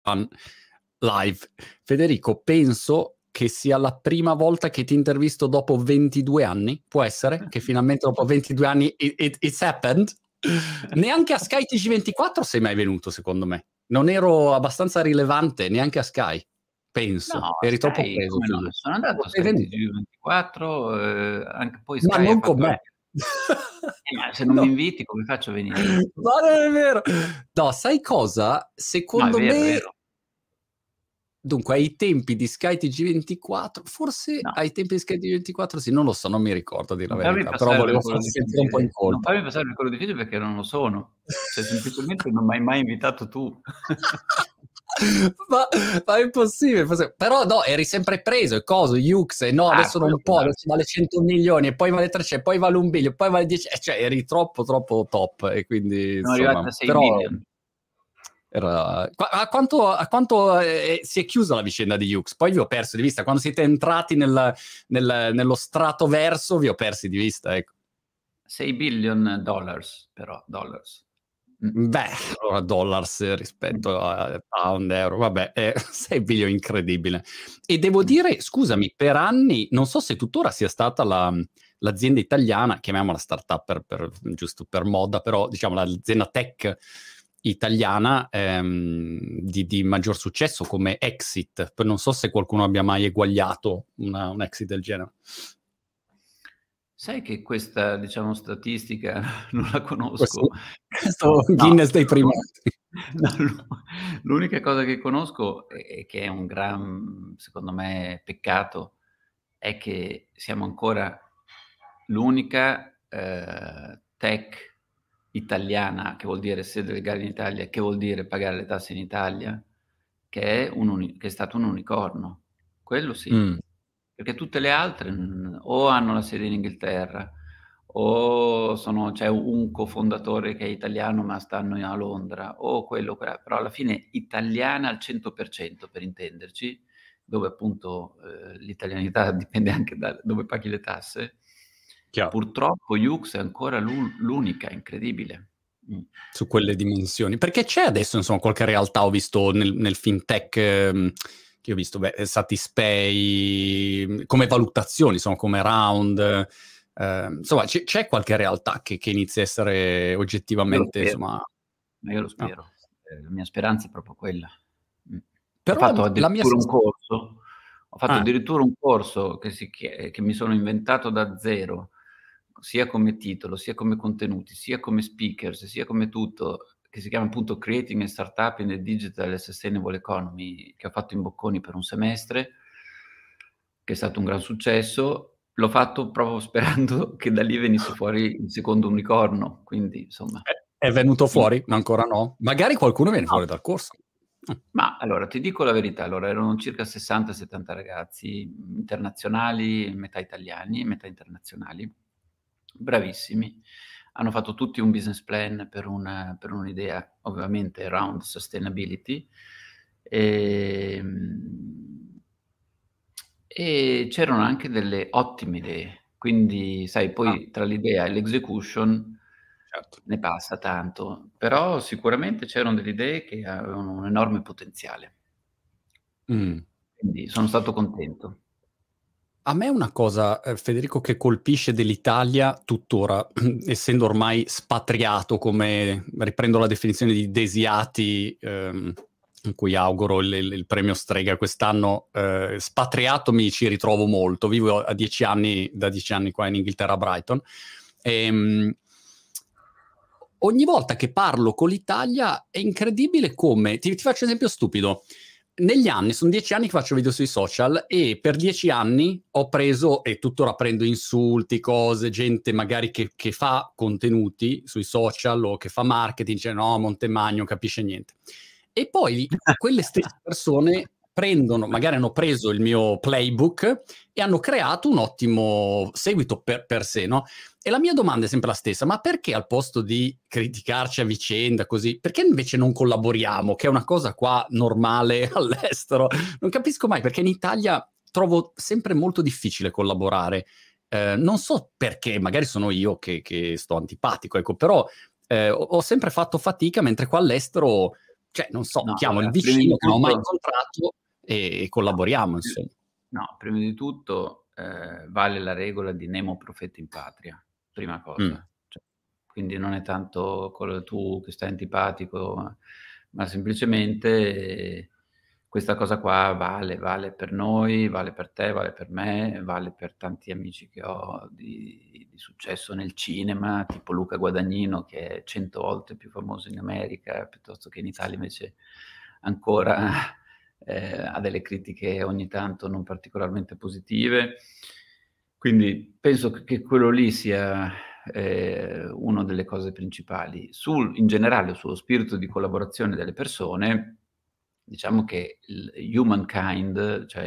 live. Federico, penso che sia la prima volta che ti intervisto dopo 22 anni. Può essere? Che finalmente dopo 22 anni it's happened? Neanche a Sky TG24 sei mai venuto, secondo me. Non ero abbastanza rilevante neanche a Sky, penso. No, Eri troppo Sky, preso. come no? Sono andato a Sei Sky venuto. TG24, anche poi Ma Sky ha non con fatto me. anche... ma se non No. mi inviti, come faccio a venire? Ma non è vero. No, sai cosa? No, è Secondo vero, è me... vero. Dunque, ai tempi di Sky TG24, forse No. ai tempi di Sky TG24, sì, non lo so, non mi ricordo di la Non farmi verità, però passare volevo per quello farti sentire un po' in difficile. Non colpa. farmi passare per quello difficile perché non lo sono. Cioè, semplicemente non m'hai mai invitato tu. ma è impossibile, però no, eri sempre preso, e coso, Hughes, e no, adesso Quello non può può, adesso darsi. vale 100 milioni, e poi vale 300, e poi vale 1 billion, e poi vale 10, cioè eri troppo top, e quindi Siamo arrivati insomma, a 6 però... billion. A quanto si è chiusa la vicenda di Hughes? Poi vi ho perso di vista, quando siete entrati nello strato verso vi ho persi di vista, ecco. 6 billion dollars, però, dollars. Beh, allora dollars rispetto a pound, euro, vabbè, 6 billion, incredibile. E devo dire, scusami, per anni, non so se tuttora sia stata l'azienda italiana, chiamiamola startup giusto per moda, però diciamo l'azienda tech italiana di maggior successo come exit. Poi non so se qualcuno abbia mai eguagliato un exit del genere. Sai che questa, diciamo, statistica non la conosco. Questo No, Guinness dei primati. no, l'unica cosa che conosco e che è un gran, secondo me, peccato, è che siamo ancora l'unica tech italiana, che vuol dire sede legale in Italia, che vuol dire pagare le tasse in Italia, che è stato un unicorno. Quello sì. Perché tutte le altre o hanno la sede in Inghilterra o c'è un cofondatore che è italiano ma stanno a Londra, o quello, però alla fine italiana al 100%, per intenderci, dove appunto l'italianità dipende anche da dove paghi le tasse. Chiaro. Purtroppo Hughes è ancora l'unica, incredibile. Su quelle dimensioni. Perché c'è adesso, insomma, qualche realtà, ho visto nel fintech, che ho visto, Satispay, come valutazioni, insomma, come round, insomma, c'è qualche realtà che inizia a essere oggettivamente, insomma... Ma io lo No. spero. La mia speranza è proprio quella. Ho Però fatto la mia addirittura un sensazione... corso. Ho fatto addirittura un corso che mi sono inventato da zero, sia come titolo, sia come contenuti, sia come speakers, sia come tutto, che si chiama appunto Creating a Startup in the Digital and Sustainable Economy, che ho fatto in Bocconi per un semestre, che è stato un gran successo. L'ho fatto proprio sperando che da lì venisse fuori il secondo unicorno, quindi insomma... È venuto fuori? Ma ancora no? Magari qualcuno viene No. fuori dal corso. Ma allora ti dico la verità, allora erano circa 60-70 ragazzi internazionali, metà italiani e metà internazionali, bravissimi. Hanno fatto tutti un business plan per un'idea, ovviamente around sustainability, e c'erano anche delle ottime idee. Quindi sai, poi tra l'idea e l'execution Certo. ne passa tanto, però sicuramente c'erano delle idee che avevano un enorme potenziale. Quindi sono stato contento. A me una cosa, Federico, che colpisce dell'Italia tuttora, essendo ormai spatriato, come riprendo la definizione di Desiati, in cui auguro il premio Strega quest'anno, spatriato mi ci ritrovo molto. Vivo da 10 anni qua in Inghilterra, a Brighton. Ogni volta che parlo con l'Italia è incredibile come... Ti faccio un esempio stupido. Negli anni, sono 10 anni che faccio video sui social, e per 10 anni ho preso, e tuttora prendo insulti, cose, gente magari che fa contenuti sui social o che fa marketing, dice no, Montemagno non capisce niente. E poi quelle stesse persone magari hanno preso il mio playbook e hanno creato un ottimo seguito per sé, no? E la mia domanda è sempre la stessa: ma perché al posto di criticarci a vicenda così, perché invece non collaboriamo, che è una cosa qua normale all'estero? Non capisco mai, perché in Italia trovo sempre molto difficile collaborare. Non so perché, magari sono io che sto antipatico, ecco, però ho sempre fatto fatica, mentre qua all'estero Cioè, non so, No, chiamo il allora, prima vicino di che non ho mai tutto incontrato e no, collaboriamo, insomma. no, prima di tutto, vale la regola di nemo profet in patria, prima Mm. cosa. Cioè, quindi non è tanto quello tu che stai antipatico, ma semplicemente questa cosa qua vale per noi, vale per te, vale per me, vale per tanti amici che ho di successo nel cinema, tipo Luca Guadagnino, che è 100 volte più famoso in America, piuttosto che in Italia invece ancora ha delle critiche ogni tanto non particolarmente positive. Quindi penso che quello lì sia una delle cose principali. In generale, sullo spirito di collaborazione delle persone, diciamo che il humankind, cioè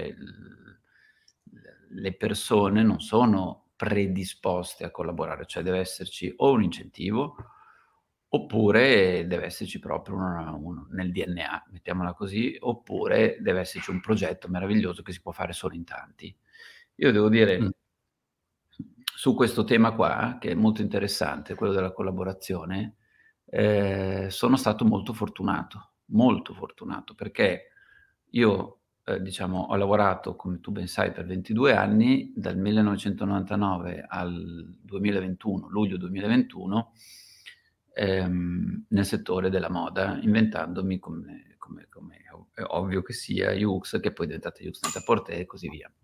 le persone non sono predisposte a collaborare, cioè deve esserci o un incentivo oppure deve esserci proprio nel DNA, mettiamola così, oppure deve esserci un progetto meraviglioso che si può fare solo in tanti. Io devo Mm. dire, su questo tema qua, che è molto interessante, quello della collaborazione, sono stato molto fortunato, perché io, diciamo, ho lavorato, come tu ben sai, per 22 anni, dal 1999 al 2021, luglio 2021, nel settore della moda, inventandomi, come è ovvio che sia, Yux, che poi è diventata Yux Net-a-Porter e così via.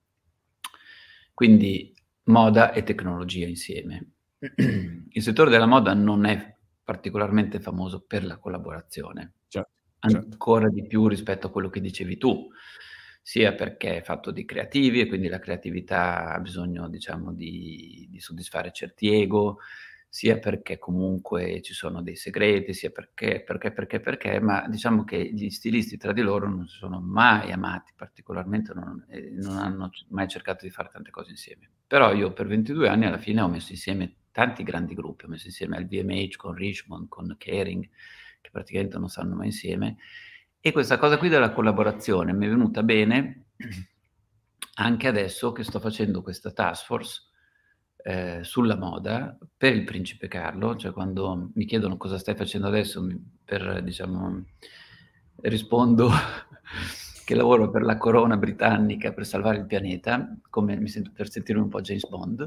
Quindi moda e tecnologia insieme. Il settore della moda non è particolarmente famoso per la collaborazione, Certo, certo. ancora di più rispetto a quello che dicevi tu, sia perché è fatto di creativi e quindi la creatività ha bisogno, diciamo, di soddisfare certi ego, sia perché comunque ci sono dei segreti, sia perché, ma diciamo che gli stilisti tra di loro non si sono mai amati particolarmente, non hanno mai cercato di fare tante cose insieme. Però io per 22 anni alla fine ho messo insieme tanti grandi gruppi, ho messo insieme il VMH con Richmond, con Kering, che praticamente non stanno mai insieme, e questa cosa qui della collaborazione mi è venuta bene anche adesso che sto facendo questa task force sulla moda per il Principe Carlo, cioè quando mi chiedono cosa stai facendo adesso, diciamo, rispondo che lavoro per la corona britannica per salvare il pianeta, come mi sento, per sentirmi un po' James Bond.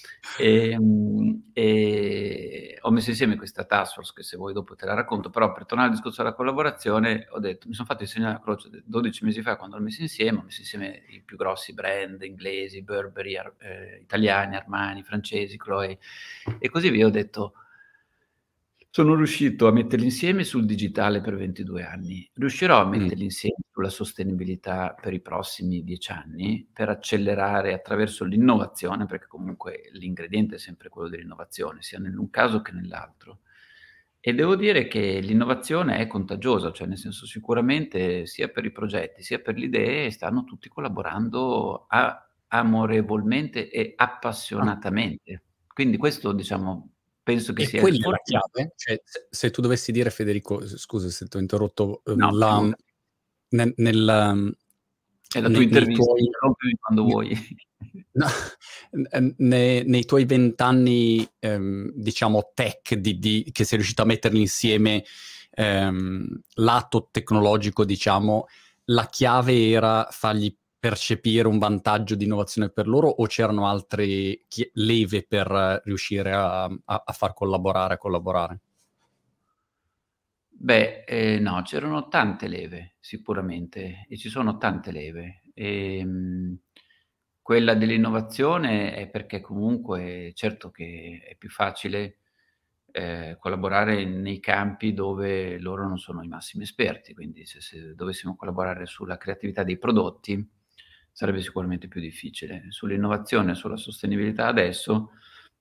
E ho messo insieme questa task force che se vuoi dopo te la racconto, però per tornare al discorso della collaborazione mi sono fatto insegnare la croce 12 mesi fa quando l'ho messo insieme i più grossi brand inglesi, Burberry, italiani, Armani, francesi, Chloé e così via. Ho detto, sono riuscito a metterli insieme sul digitale per 22 anni, riuscirò a Mm. metterli insieme sulla sostenibilità per i prossimi 10 anni, per accelerare attraverso l'innovazione, perché comunque l'ingrediente è sempre quello dell'innovazione, sia nell'un caso che nell'altro. E devo dire che l'innovazione è contagiosa, cioè nel senso sicuramente sia per i progetti sia per le idee stanno tutti collaborando amorevolmente e Ah, appassionatamente. Quindi questo, diciamo, penso che e sia il quella è la fortuna. chiave? Cioè, se tu dovessi dire, Federico, scusa se ti ho interrotto, No, figurati. È la tua nei intervista, tuoi interrompimi quando vuoi. no, nei tuoi 20 anni, diciamo, tech, che sei riuscito a metterli insieme, lato tecnologico, diciamo, la chiave era fargli percepire un vantaggio di innovazione per loro o c'erano altre leve per riuscire a far collaborare? Beh, no, c'erano tante leve sicuramente e ci sono tante leve. Quella dell'innovazione è perché comunque certo che è più facile, collaborare nei campi dove loro non sono i massimi esperti, quindi se dovessimo collaborare sulla creatività dei prodotti sarebbe sicuramente più difficile. Sull'innovazione, sulla sostenibilità adesso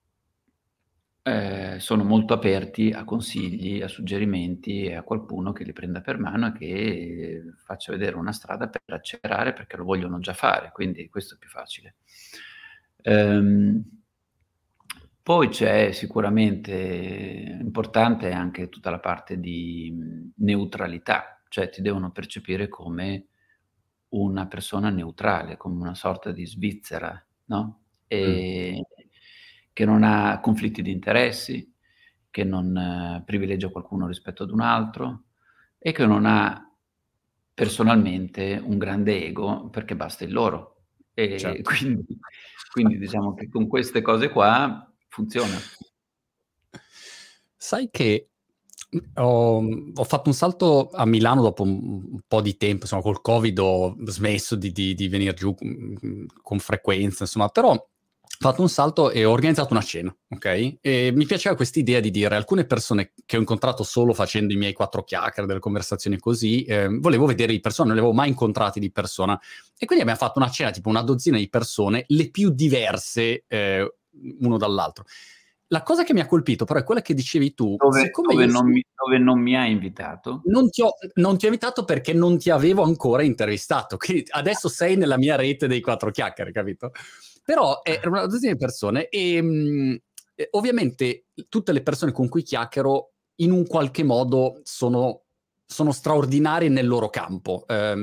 sono molto aperti a consigli, a suggerimenti e a qualcuno che li prenda per mano e che faccia vedere una strada per accelerare, perché lo vogliono già fare, quindi questo è più facile. Ehm, Poi c'è sicuramente importante anche tutta la parte di neutralità, cioè ti devono percepire come una persona neutrale, come una sorta di Svizzera, no, Mh. che non ha conflitti di interessi, che non privilegia qualcuno rispetto ad un altro, e che non ha personalmente un grande ego, perché basta il loro. E Certo. quindi diciamo che con queste cose qua funziona. Sai che ho fatto un salto a Milano dopo un po' di tempo, insomma, col Covid ho smesso di venir giù con frequenza, insomma, però ho fatto un salto e ho organizzato una cena, ok? E mi piaceva quest'idea di dire alcune persone che ho incontrato solo facendo i miei 4 chiacchiere, delle conversazioni così, volevo vedere di persona, non le avevo mai incontrati di persona. E quindi abbiamo fatto una cena, tipo una dozzina di persone, le più diverse uno dall'altro. La cosa che mi ha colpito però è quella che dicevi tu, siccome io Dove non mi hai invitato? non ti ho invitato perché non ti avevo ancora intervistato, quindi adesso sei nella mia rete dei 4 chiacchiere, capito? Però è una dozzina di persone e ovviamente tutte le persone con cui chiacchiero in un qualche modo sono straordinarie nel loro campo,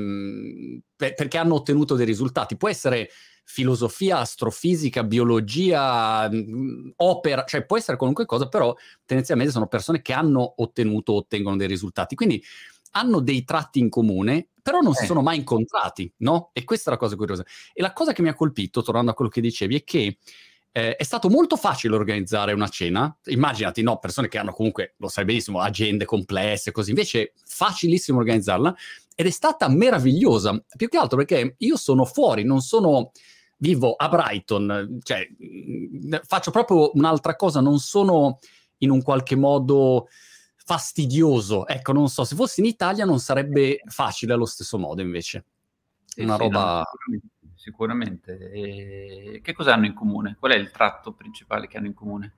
perché hanno ottenuto dei risultati. Può essere filosofia, astrofisica, biologia, opera, cioè può essere qualunque cosa, però tendenzialmente sono persone che hanno ottenuto o ottengono dei risultati. Quindi hanno dei tratti in comune, però non si sono mai incontrati, no? E questa è la cosa curiosa. E la cosa che mi ha colpito, tornando a quello che dicevi, è che è stato molto facile organizzare una cena. Immaginati, no, persone che hanno comunque, lo sai benissimo, agende complesse, così. Invece facilissimo organizzarla ed è stata meravigliosa. Più che altro perché io sono fuori, non sono vivo a Brighton, cioè faccio proprio un'altra cosa, non sono in un qualche modo fastidioso. Ecco, non so, se fossi in Italia non sarebbe facile allo stesso modo invece. Sì, Una sì, no, roba... sicuramente. E che cosa hanno in comune? Qual è il tratto principale che hanno in comune?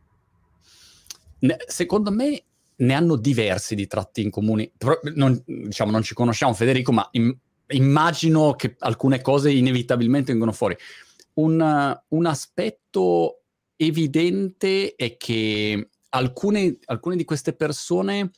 Secondo me ne hanno diversi di tratti in comune. Diciamo, non ci conosciamo, Federico, ma immagino che alcune cose inevitabilmente vengono fuori. Un aspetto evidente è che alcune di queste persone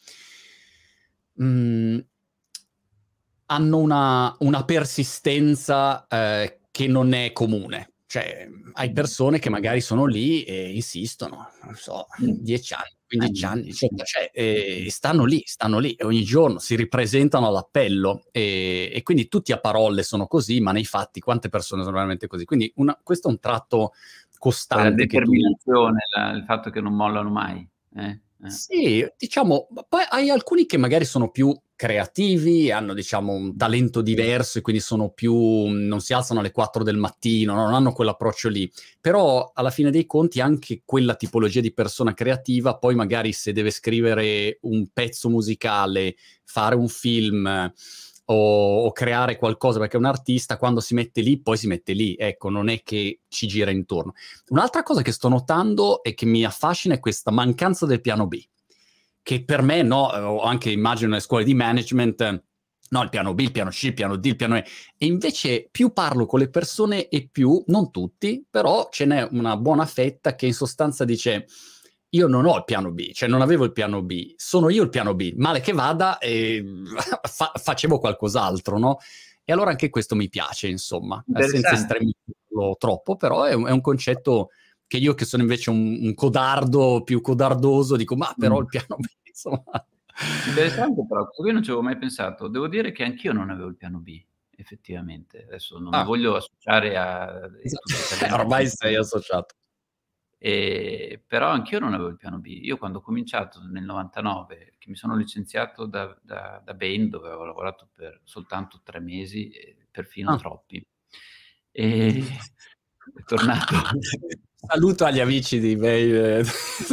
hanno una persistenza che non è comune. Cioè, hai persone che magari sono lì e insistono, non so, 10 anni, 15 anni, 18, cioè, stanno lì e ogni giorno si ripresentano all'appello e quindi tutti a parole sono così, ma nei fatti quante persone sono veramente così? Quindi questo è un tratto Poi la costante che tu... determinazione, il fatto che non mollano mai. Sì, diciamo, poi hai alcuni che magari sono più creativi, hanno diciamo un talento diverso e quindi sono più, non si alzano alle 4 del mattino, no? Non hanno quell'approccio lì. Però alla fine dei conti anche quella tipologia di persona creativa, poi magari se deve scrivere un pezzo musicale, fare un film o creare qualcosa perché è un artista, quando si mette lì, poi si mette lì. Ecco, non è che ci gira intorno. Un'altra cosa che sto notando e che mi affascina è questa mancanza del piano B, che per me, no, o anche immagino nelle scuole di management, no, il piano B, il piano C, il piano D, il piano E. E invece più parlo con le persone e più, non tutti, però ce n'è una buona fetta che in sostanza dice io non ho il piano B, cioè non avevo il piano B, sono io il piano B, male che vada facevo qualcos'altro, no? E allora anche questo mi piace, insomma, senza Interessante. estremizzarlo troppo, però è un concetto che io che sono invece un codardo, più codardoso, dico, ma però il piano B, insomma... Interessante però, questo qui non ci avevo mai pensato. Devo dire che anch'io non avevo il piano B, effettivamente. Adesso non mi Ah, voglio associare a esatto. tutti i talenti. Ormai sei associato. Però anch'io non avevo il piano B. Io quando ho cominciato nel 99, che mi sono licenziato da Bain, dove avevo lavorato per soltanto 3 mesi, perfino Ah. troppi, e tornato Saluto agli amici di Mail.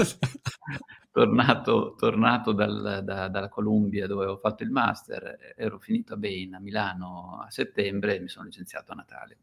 tornato dalla Columbia dove avevo fatto il master, ero finito a Bain a Milano a settembre e mi sono licenziato a Natale.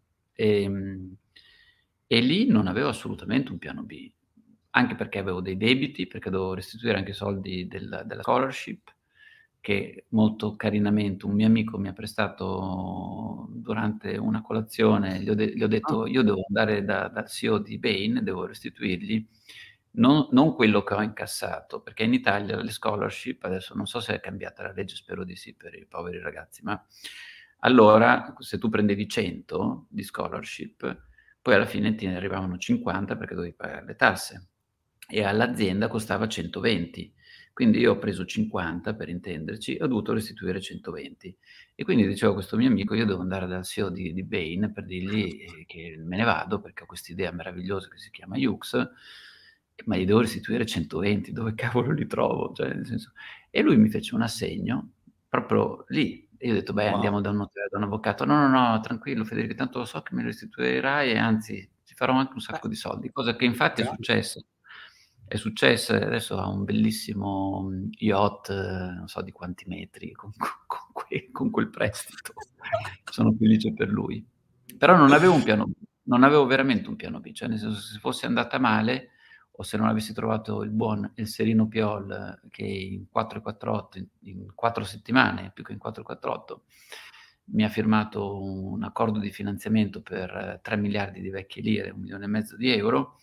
E lì non avevo assolutamente un piano B, anche perché avevo dei debiti, perché dovevo restituire anche i soldi della scholarship, che molto carinamente un mio amico mi ha prestato durante una colazione. Gli ho Ah, detto: io devo andare dal CEO di Bain, devo restituirgli non quello che ho incassato, perché in Italia le scholarship, adesso non so se è cambiata la legge, spero di sì per i poveri ragazzi, ma allora se tu prendevi 100 di scholarship, poi alla fine te ne arrivavano 50 perché dovevi pagare le tasse e all'azienda costava 120. Quindi io ho preso 50, per intenderci, e ho dovuto restituire 120. E quindi dicevo a questo mio amico, io devo andare dal CEO di Bain per dirgli che me ne vado, perché ho questa idea meravigliosa che si chiama Yux, ma gli devo restituire 120, dove cavolo li trovo? Cioè, nel senso... E lui mi fece un assegno, proprio lì. E io ho detto, beh, Wow. andiamo da un notaio, da un avvocato. No, no, no, tranquillo Federico, tanto lo so che me lo restituirai e anzi ti farò anche un Beh, sacco di soldi, cosa che infatti è chiaro. successa. È successa, e adesso ha un bellissimo yacht, non so di quanti metri, con quel prestito. Sono felice per lui. Però non avevo un piano B, non avevo veramente un piano B, cioè nel senso, se fosse andata male o se non avessi trovato il Serino Piol che in 448, in 4 settimane, più che in 448, mi ha firmato un accordo di finanziamento per 3 miliardi di vecchie lire, 1,5 milioni di euro,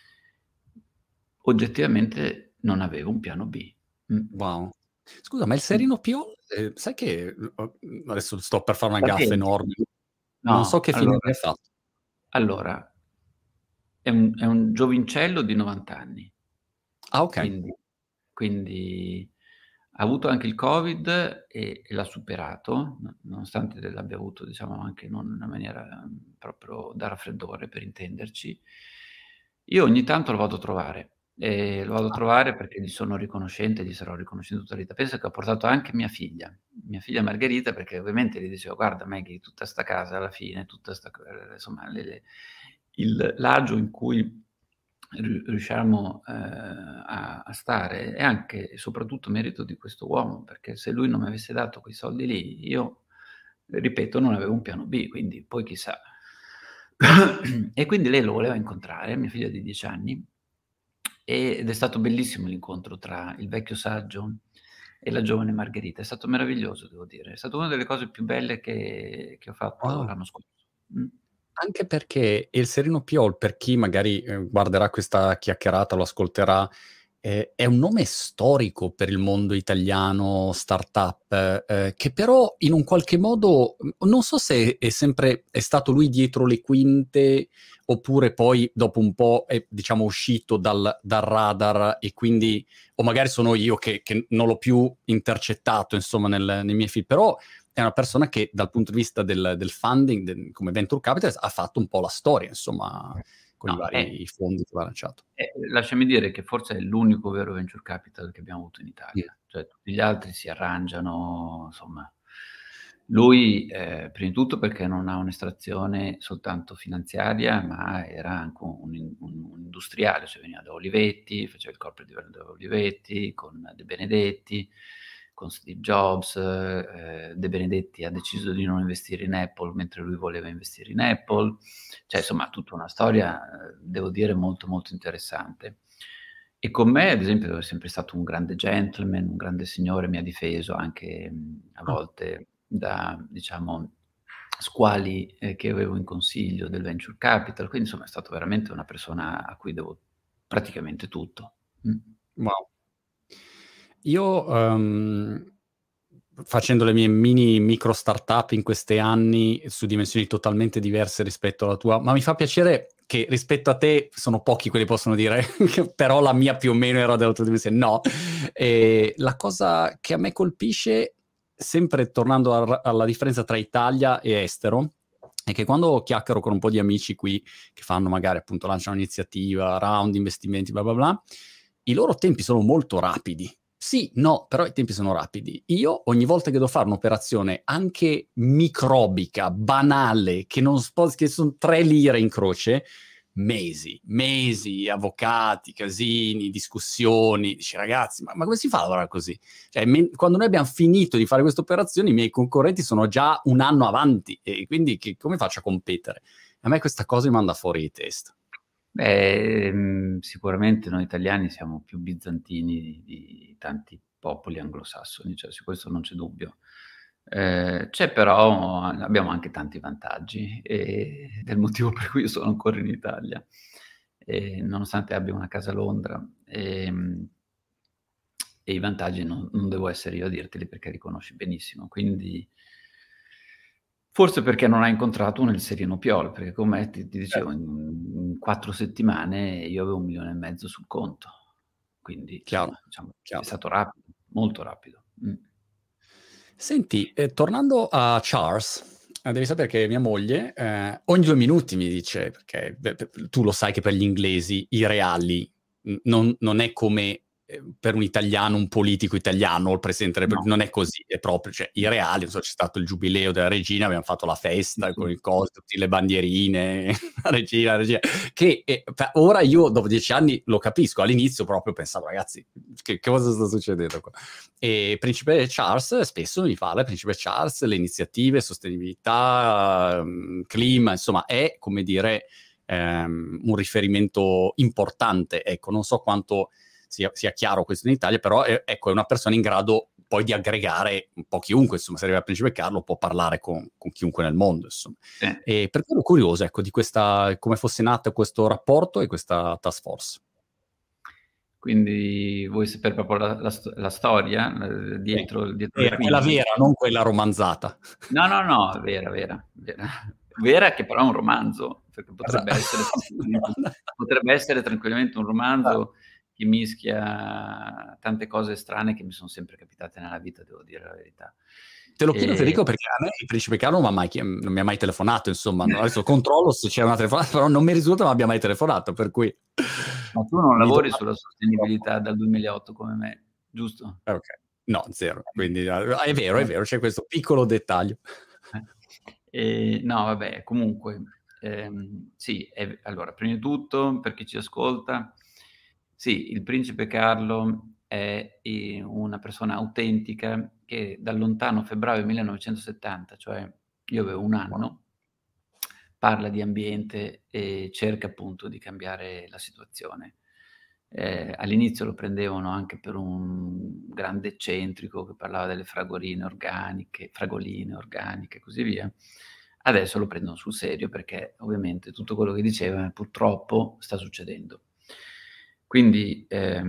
oggettivamente non avevo un piano B. Wow. Scusa, ma il Serino Pio, sai che adesso sto per fare una gaffa Sapete? enorme. Non so No, che fine abbia fatto. allora è un giovincello di 90 anni. Ah, ok. Quindi ha avuto anche il Covid e l'ha superato, nonostante l'abbia avuto, diciamo, anche non in una maniera proprio da raffreddore, per intenderci. Io ogni tanto lo vado a trovare, e lo vado a trovare perché gli sono riconoscente, gli sarò riconoscente tutta la vita. Penso che ho portato anche mia figlia Margherita, perché ovviamente gli dicevo: "Guarda Maggie, tutta 'sta casa alla fine, tutta 'sta insomma l'agio in cui riusciamo a stare è anche e soprattutto merito di questo uomo, perché se lui non mi avesse dato quei soldi lì, io, ripeto, non avevo un piano B, quindi poi chissà". E quindi lei lo voleva incontrare, mia figlia di 10 anni, ed è stato bellissimo l'incontro tra il vecchio saggio e la giovane Margherita. È stato meraviglioso, devo dire. È stata una delle cose più belle che ho fatto Wow. l'anno scorso. Mh. Anche perché il Sereno Piol, per chi magari guarderà questa chiacchierata, lo ascolterà, è un nome storico per il mondo italiano startup, che però in un qualche modo, non so se è stato lui dietro le quinte, oppure poi dopo un po' è, diciamo, uscito dal radar e quindi, o magari sono io che non l'ho più intercettato, insomma, nei miei film, però è una persona che dal punto di vista del funding, come venture capital, ha fatto un po' la storia, insomma, con i No, vari fondi che ha lanciato. lasciami dire che forse è l'unico vero venture capital che abbiamo avuto in Mm. Italia, cioè tutti gli altri si arrangiano, insomma. Lui, prima di tutto perché non ha un'estrazione soltanto finanziaria, ma era anche un industriale, cioè veniva da Olivetti, faceva il corporate development da Olivetti, con De Benedetti, con Steve Jobs. De Benedetti ha deciso di non investire in Apple mentre lui voleva investire in Apple. Cioè, insomma, tutta una storia, devo dire, molto, molto interessante. E con me, ad esempio, è sempre stato un grande gentleman, un grande signore, mi ha difeso anche a Ah, volte da, diciamo, squali che avevo in consiglio del venture capital, quindi insomma è stato veramente una persona a cui devo praticamente tutto. wow. Io, facendo le mie mini micro startup in questi anni su dimensioni totalmente diverse rispetto alla tua, ma mi fa piacere che rispetto a te sono pochi quelli che possono dire, però la mia più o meno era della tua dimensione. No, la cosa che a me colpisce, sempre tornando alla differenza tra Italia e estero, è che quando chiacchiero con un po' di amici qui che fanno magari appunto lanciano un'iniziativa, round, investimenti, bla bla bla, i loro tempi sono molto rapidi. Sì, no, però i tempi sono rapidi. Io ogni volta che devo fare un'operazione anche microbica, banale, che sono 3 lire in croce, mesi, avvocati, casini, discussioni. Dici, ragazzi, ma come si fa a lavorare così? Cioè, quando noi abbiamo finito di fare queste operazioni, i miei concorrenti sono già un anno avanti e quindi come faccio a competere? A me questa cosa mi manda fuori di testa. Beh, sicuramente noi italiani siamo più bizantini di tanti popoli anglosassoni, cioè su questo non c'è dubbio. C'è però abbiamo anche tanti vantaggi, ed è il motivo per cui io sono ancora in Italia, nonostante abbia una casa a Londra. E i vantaggi non devo essere io a dirteli perché li conosci benissimo. Quindi forse perché non hai incontrato nel Serino Piol, perché come ti dicevo, in 4 settimane io avevo 1,5 milioni sul conto. quindi Chiaro, insomma, diciamo, è chiaro. stato rapido, molto rapido. Senti, tornando a Charles, devi sapere che mia moglie ogni 2 minuti mi dice, perché tu lo sai che per gli inglesi i reali non è come per un italiano, un politico italiano, il presidente, No. non è così, è proprio, cioè i reali, non so, c'è stato il giubileo della regina, abbiamo fatto la festa Sì, con sì. il coso, tutte le bandierine, la regina, che ora io dopo 10 anni lo capisco, all'inizio proprio pensavo, ragazzi, che cosa sta succedendo qua? E Principe Charles spesso mi parla, Principe Charles, le iniziative, sostenibilità, clima, insomma, è come dire un riferimento importante. Ecco, non so quanto sia chiaro questo in Italia, però ecco, è una persona in grado poi di aggregare un po' chiunque, insomma, se arriva il Principe Carlo può parlare con chiunque nel mondo, insomma. E per cui ero curioso, ecco, di questa, come fosse nato questo rapporto e questa task force. Quindi vuoi sapere proprio la storia dietro le Quella quinte? vera, non quella romanzata. No, vera, vera, vera. Vera che però è un romanzo, perché potrebbe essere tranquillamente un romanzo che mischia tante cose strane che mi son sempre capitate nella vita, devo dire la verità. Te lo chiedo Federico perché a me il Principe Carlo non mi ha mai telefonato, insomma. Adesso controllo se c'è una telefonata, però non mi risulta ma abbia mai telefonato, per cui Ma tu non mi lavori domando sulla sostenibilità dal 2008 come me, giusto? okay. No, 0. Quindi è vero, c'è questo piccolo dettaglio. No vabbè, comunque, sì, allora prima di tutto, per chi ci ascolta, sì, il principe Carlo è, una persona autentica che dal lontano febbraio 1970, cioè io avevo 1 anno, parla di ambiente e cerca appunto di cambiare la situazione. All'inizio lo prendevano anche per un grande eccentrico che parlava delle fragoline organiche e così via. Adesso lo prendono sul serio perché ovviamente tutto quello che diceva purtroppo sta succedendo. Quindi,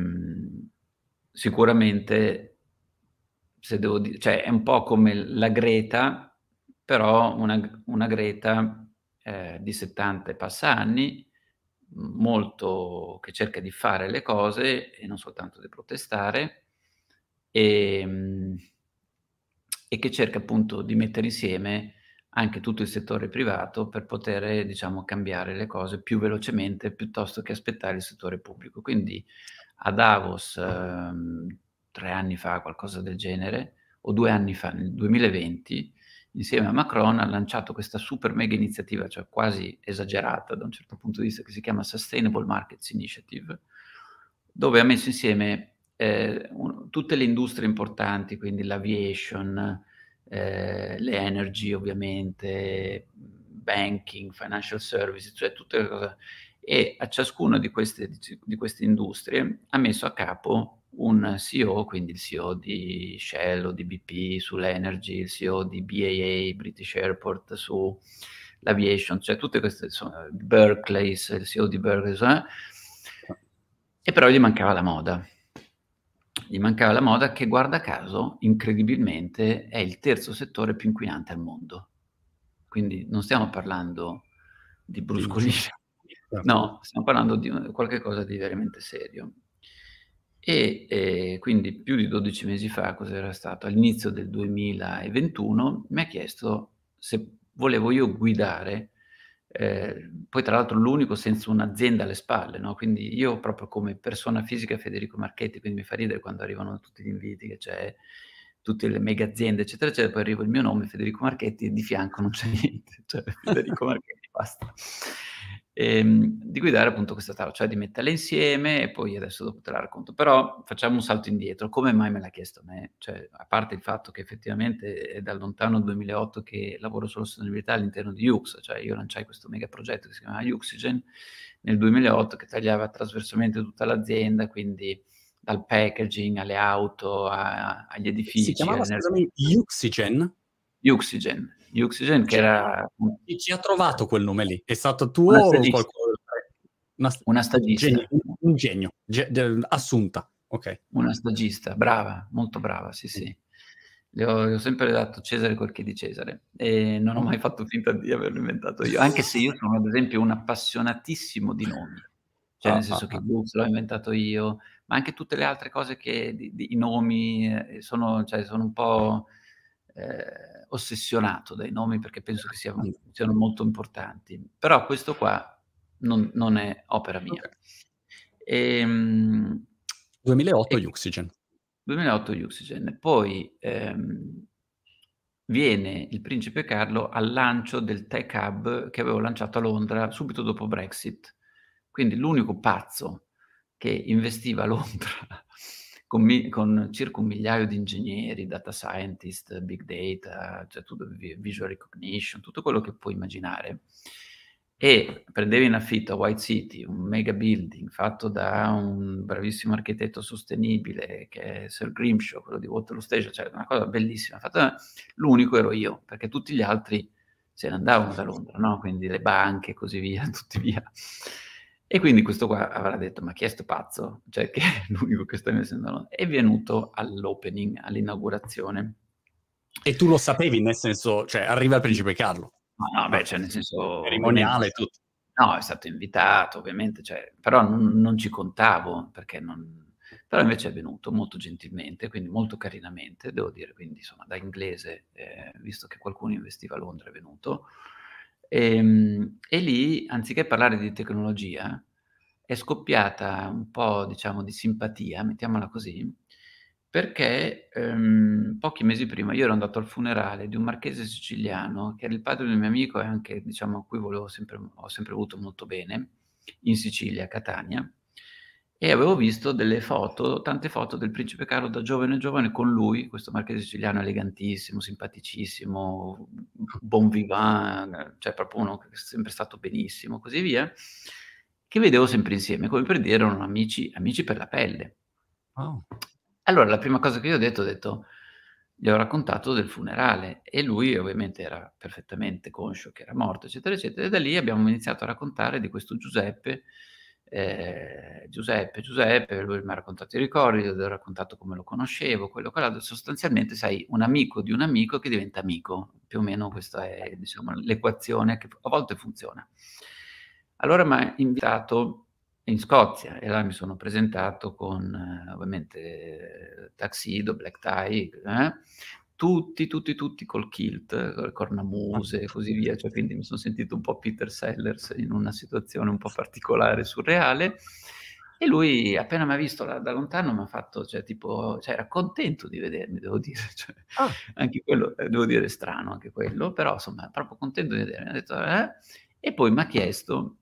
sicuramente se devo cioè è un po' come la Greta, però una Greta, di 70 e passa anni, molto che cerca di fare le cose e non soltanto di protestare, ehm, e che cerca appunto di mettere insieme anche tutto il settore privato per poter, diciamo, cambiare le cose più velocemente piuttosto che aspettare il settore pubblico. Quindi a Davos, 3 anni fa, qualcosa del genere, o 2 anni fa, nel 2020, insieme a Macron ha lanciato questa super mega iniziativa, cioè quasi esagerata da un certo punto di vista, che si chiama Sustainable Markets Initiative, dove ha messo insieme tutte le industrie importanti, quindi l'aviation, le energy ovviamente, banking, financial services, cioè tutte le cose, e a ciascuna di queste industrie ha messo a capo un CEO, quindi il CEO di Shell o di BP sull'energy, il CEO di BAA, British Airport, sull'aviation, cioè tutte queste, insomma, Berkeley, il CEO di Berkeley, e però gli mancava la moda. Gli mancava la moda che, guarda caso, incredibilmente è il terzo settore più inquinante al mondo. Quindi non stiamo parlando di bruscolini, no, stiamo parlando di qualche cosa di veramente serio. E quindi più di 12 mesi fa, cos'era stato? All'inizio del 2021, mi ha chiesto se volevo io guidare, poi tra l'altro l'unico senza un'azienda alle spalle, no, quindi io proprio come persona fisica Federico Marchetti, quindi mi fa ridere quando arrivano tutti gli inviti che c'è tutte le mega aziende, eccetera, eccetera, poi arriva il mio nome, Federico Marchetti, e di fianco non c'è niente, cioè Federico Marchetti, basta. Di guidare appunto questa tavola, cioè di metterle insieme e poi adesso dopo te la racconto. Però facciamo un salto indietro. Come mai me l'ha chiesto a me? Cioè, a parte il fatto che effettivamente è dal lontano 2008 che lavoro sulla sostenibilità all'interno di Yux, cioè io lanciai questo mega progetto che si chiamava Yuxigen nel 2008, che tagliava trasversalmente tutta l'azienda, quindi dal packaging alle auto agli edifici. Si chiamava, scusami, Yuxigen? Yuxigen che era Chi ha trovato quel nome lì? È stato una tuo o stagista. qualcuno? Una stagista. Un genio, assunta, ok. Una stagista, brava, molto brava, sì, sì. Le ho sempre dato Cesare quel che è di Cesare e non ho mai fatto finta di averlo inventato io, anche se io sono ad esempio un appassionatissimo di nomi. Cioè nel senso che Lux l'ho inventato io, ma anche tutte le altre cose che i nomi, sono un po', ossessionato dai nomi perché penso che siano molto importanti. Però questo qua non è opera mia. Okay. 2008 E Uxygen. 2008 Uxygen. Poi, viene il principe Carlo al lancio del Tech Hub che avevo lanciato a Londra subito dopo Brexit. Quindi l'unico pazzo che investiva a Londra con circa 1 migliaio di ingegneri, data scientist, big data, cioè tutto visual recognition, tutto quello che puoi immaginare. E prendeva in affitto a White City un mega building fatto da un bravissimo architetto sostenibile che è Sir Grimshaw, quello di Waterloo Station, cioè una cosa bellissima. L'unico ero io, perché tutti gli altri se ne andavano da Londra, no? Quindi le banche e così via, tutti via. E quindi questo qua avrà detto: ma chi è sto pazzo? Cioè che è l'unico che sta investendo. È venuto all'opening, all'inaugurazione. E tu lo sapevi, nel senso, cioè arriva il principe Carlo. No, beh, cioè nel senso, ovviamente Cerimoniale e tutto. no, è stato invitato ovviamente, cioè, però non ci contavo perché però invece è venuto molto gentilmente, quindi molto carinamente, devo dire, quindi insomma da inglese, visto che qualcuno investiva a Londra, è venuto. E lì, anziché parlare di tecnologia, è scoppiata un po', diciamo, di simpatia, mettiamola così, perché, pochi mesi prima io ero andato al funerale di un marchese siciliano, che era il padre di un mio amico e anche, diciamo, a cui ho sempre voluto molto bene, in Sicilia, a Catania, e avevo visto delle foto, tante foto del principe Carlo da giovane giovane con lui, questo marchese siciliano elegantissimo, simpaticissimo, bon vivant, cioè proprio uno che è sempre stato benissimo, così via, che vedevo sempre insieme, come per dire erano amici per la pelle. Oh. Allora la prima cosa che io ho detto gli ho raccontato del funerale e lui ovviamente era perfettamente conscio che era morto, eccetera, eccetera, e da lì abbiamo iniziato a raccontare di questo Giuseppe, Giuseppe, lui m'ha raccontato i ricordi, gli ho raccontato come lo conoscevo, quello, quell'altro, sostanzialmente sai un amico di un amico che diventa amico, più o meno questa è diciamo l'equazione che a volte funziona. Allora m'ha invitato in Scozia e là mi sono presentato con ovviamente tuxedo, black tie, tutti col kilt, con le cornamuse e così via, cioè quindi mi son sentito un po' Peter Sellers in una situazione un po' particolare, surreale. E lui appena m'ha visto da lontano m'ha fatto cioè tipo cioè era contento di vedermi, devo dire, cioè Ah. anche quello, devo dire strano anche quello, però insomma proprio contento di vedermi. Ha detto: E poi m'ha chiesto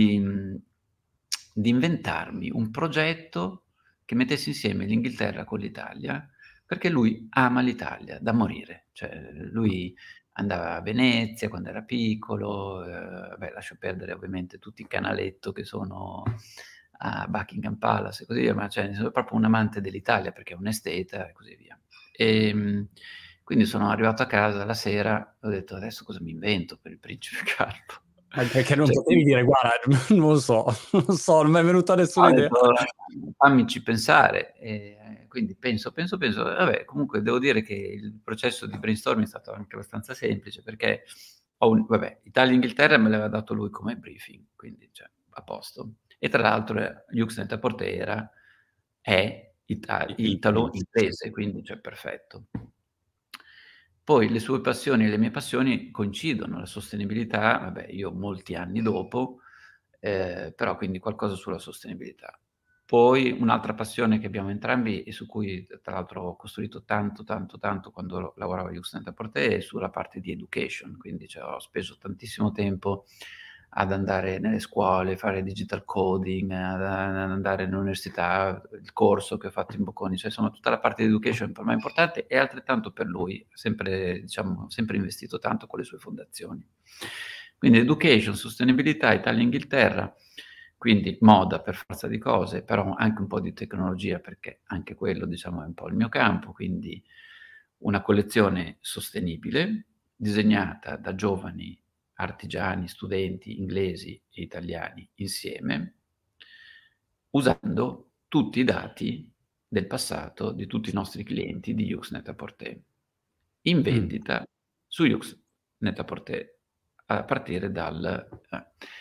di inventarmi un progetto che mettesse insieme l'Inghilterra con l'Italia, perché lui ama l'Italia da morire. Cioè lui andava a Venezia quando era piccolo, vabbè lascio perdere ovviamente tutti i canaletto che sono a Buckingham Palace e così via, ma cioè è proprio un amante dell'Italia perché è un esteta e così via. Quindi sono arrivato a casa la sera e ho detto: "Adesso cosa mi invento per il principe Carlo?" Anche che non Cioè potevi dire: "Guarda, non lo so, non m'è venuta nessuna ho idea." detto: "Fammici pensare." E quindi penso, e vabbè comunque devo dire che il processo di brainstorming è stato anche abbastanza semplice perché vabbè, Italia-Inghilterra me l'aveva dato lui come briefing, quindi cioè a posto. E tra l'altro, Yux Net-a-Porter è Il principe. italo-inglese, quindi cioè perfetto. Poi le sue passioni e le mie passioni coincidono, la sostenibilità, vabbè, io molti anni dopo, però quindi qualcosa sulla sostenibilità. Poi un'altra passione che abbiamo entrambi e su cui tra l'altro ho costruito tanto quando lavoravo a Yux Net-a-Porter è sulla parte di education, quindi cioè ho speso tantissimo tempo ad andare nelle scuole, fare digital coding, ad andare all'università, il corso che ho fatto in Bocconi, cioè insomma tutta la parte di education per me è importante e altrettanto per lui, sempre diciamo, sempre investito tanto con le sue fondazioni. Quindi education, sostenibilità, Italia-Inghilterra, quindi moda per forza di cose, però anche un po' di tecnologia perché anche quello diciamo è un po' il mio campo, quindi una collezione sostenibile, disegnata da giovani artigiani, studenti inglesi e italiani insieme, usando tutti i dati del passato di tutti i nostri clienti di Yux Net-a-Porter, in Mh. vendita su Yux Net-a-Porter a partire dal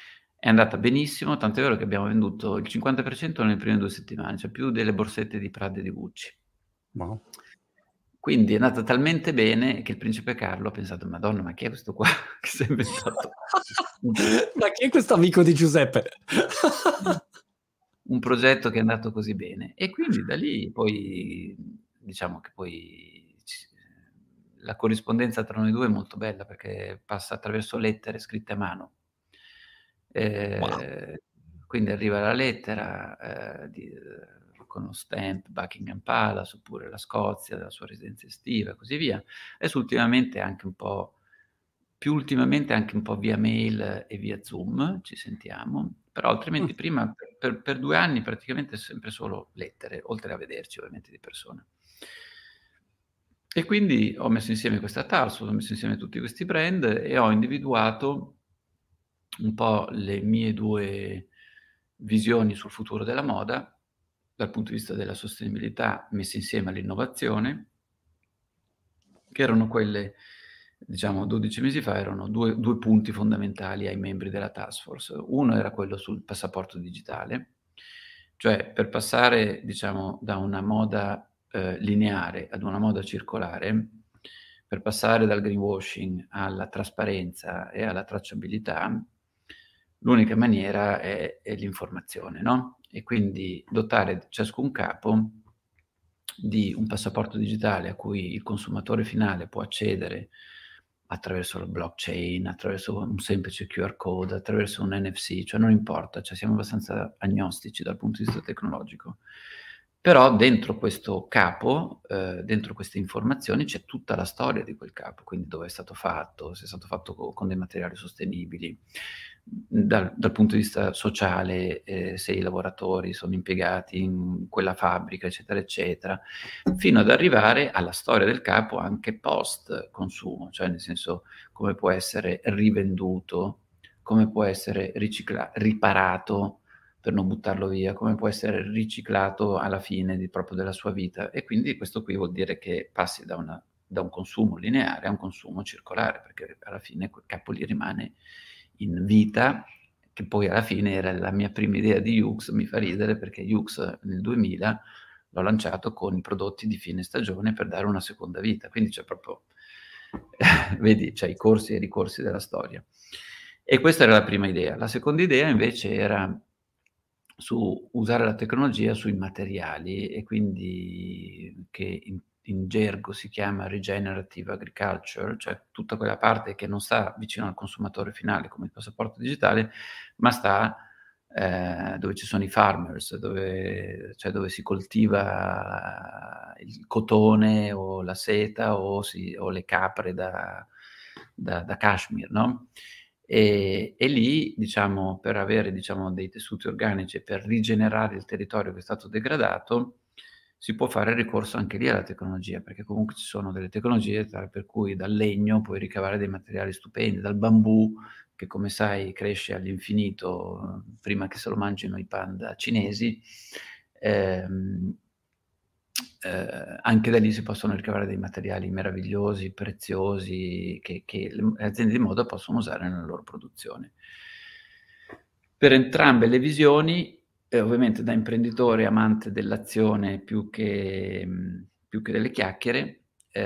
è andata benissimo, tant'è vero che abbiamo venduto il 50% nelle prime 2 settimane, cioè più delle borsette di Prada e di Gucci. Wow. Quindi è andata talmente bene che il principe Carlo ha pensato: "Madonna, ma chi è questo qua che si è inventato Ma chi è questo amico di Giuseppe? un progetto che è andato così bene?" E quindi da lì poi, diciamo che poi la corrispondenza tra noi 2 è molto bella perché passa attraverso lettere scritte a mano. Wow. Ehm, quindi arriva la lettera, con lo stamp Buckingham Palace, oppure la Scozia, della sua residenza estiva e così via. Adesso ultimamente anche un po' più ultimamente anche un po' via mail e via Zoom ci sentiamo, però altrimenti prima per 2 anni praticamente sempre solo lettere, oltre a vederci ovviamente di persona. E quindi ho messo insieme questa task force, ho messo insieme tutti questi brand e ho individuato un po' le mie 2 visioni sul futuro della moda, dal punto di vista della sostenibilità messe insieme all'innovazione, che erano quelle, diciamo 12 mesi fa, erano 2 punti fondamentali ai membri della task force. Uno era quello sul passaporto digitale, cioè per passare, diciamo, da una moda, lineare ad una moda circolare, per passare dal greenwashing alla trasparenza e alla tracciabilità, l'unica maniera è l'informazione, no, e quindi dotare ciascun capo di un passaporto digitale a cui il consumatore finale può accedere attraverso la blockchain, attraverso un semplice QR code, attraverso un NFC, cioè non importa, cioè siamo abbastanza agnostici dal punto di vista tecnologico. Però dentro questo capo, dentro queste informazioni c'è tutta la storia di quel capo, quindi dove è stato fatto, se è stato fatto con dei materiali sostenibili, dal punto di vista sociale, se i lavoratori sono impiegati in quella fabbrica, eccetera, eccetera, fino ad arrivare alla storia del capo anche post consumo, cioè nel senso come può essere rivenduto, come può essere riparato per non buttarlo via, come può essere riciclato alla fine proprio della sua vita. E quindi questo qui vuol dire che passi da un consumo lineare a un consumo circolare, perché alla fine quel capo lì rimane in vita, che poi alla fine era la mia prima idea di Yoox. Mi fa ridere perché Yoox nel 2000 l'ho lanciato con i prodotti di fine stagione per dare una seconda vita, quindi c'è proprio vedi, c'è i corsi e i ricorsi della storia. E questa era la prima idea. La seconda idea invece era su usare la tecnologia sui materiali, e quindi che in gergo si chiama regenerative agriculture, cioè tutta quella parte che non sta vicino al consumatore finale come il passaporto digitale, ma sta dove ci sono i farmers, dove si coltiva il cotone o la seta o le capre da Kashmir, no? E lì, diciamo, per avere, diciamo, dei tessuti organici e per rigenerare il territorio che è stato degradato, si può fare ricorso anche lì alla tecnologia, perché comunque ci sono delle tecnologie tale per cui dal legno puoi ricavare dei materiali stupendi, dal bambù, che come sai cresce all'infinito, prima che se lo mangino i panda cinesi, anche da lì si possono ricavare dei materiali meravigliosi, preziosi, che le aziende di moda possono usare nella loro produzione. Per entrambe le visioni, ovviamente da imprenditore amante dell'azione più che delle chiacchiere,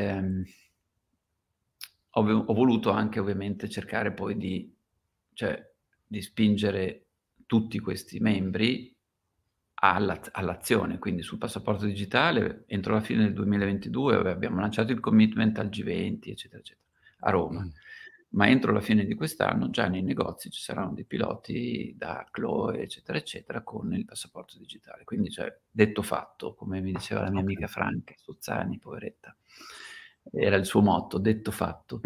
ho voluto anche ovviamente cercare poi di spingere tutti questi membri all'azione. Quindi sul passaporto digitale entro la fine del 2022 abbiamo lanciato il commitment al G20, eccetera, eccetera, a Roma. Ma entro la fine di quest'anno già nei negozi ci saranno dei piloti da Chloé, eccetera, eccetera, con il passaporto digitale. Quindi, cioè, detto fatto, come mi diceva la mia amica Franca Sozzani, poveretta, era il suo motto, detto fatto.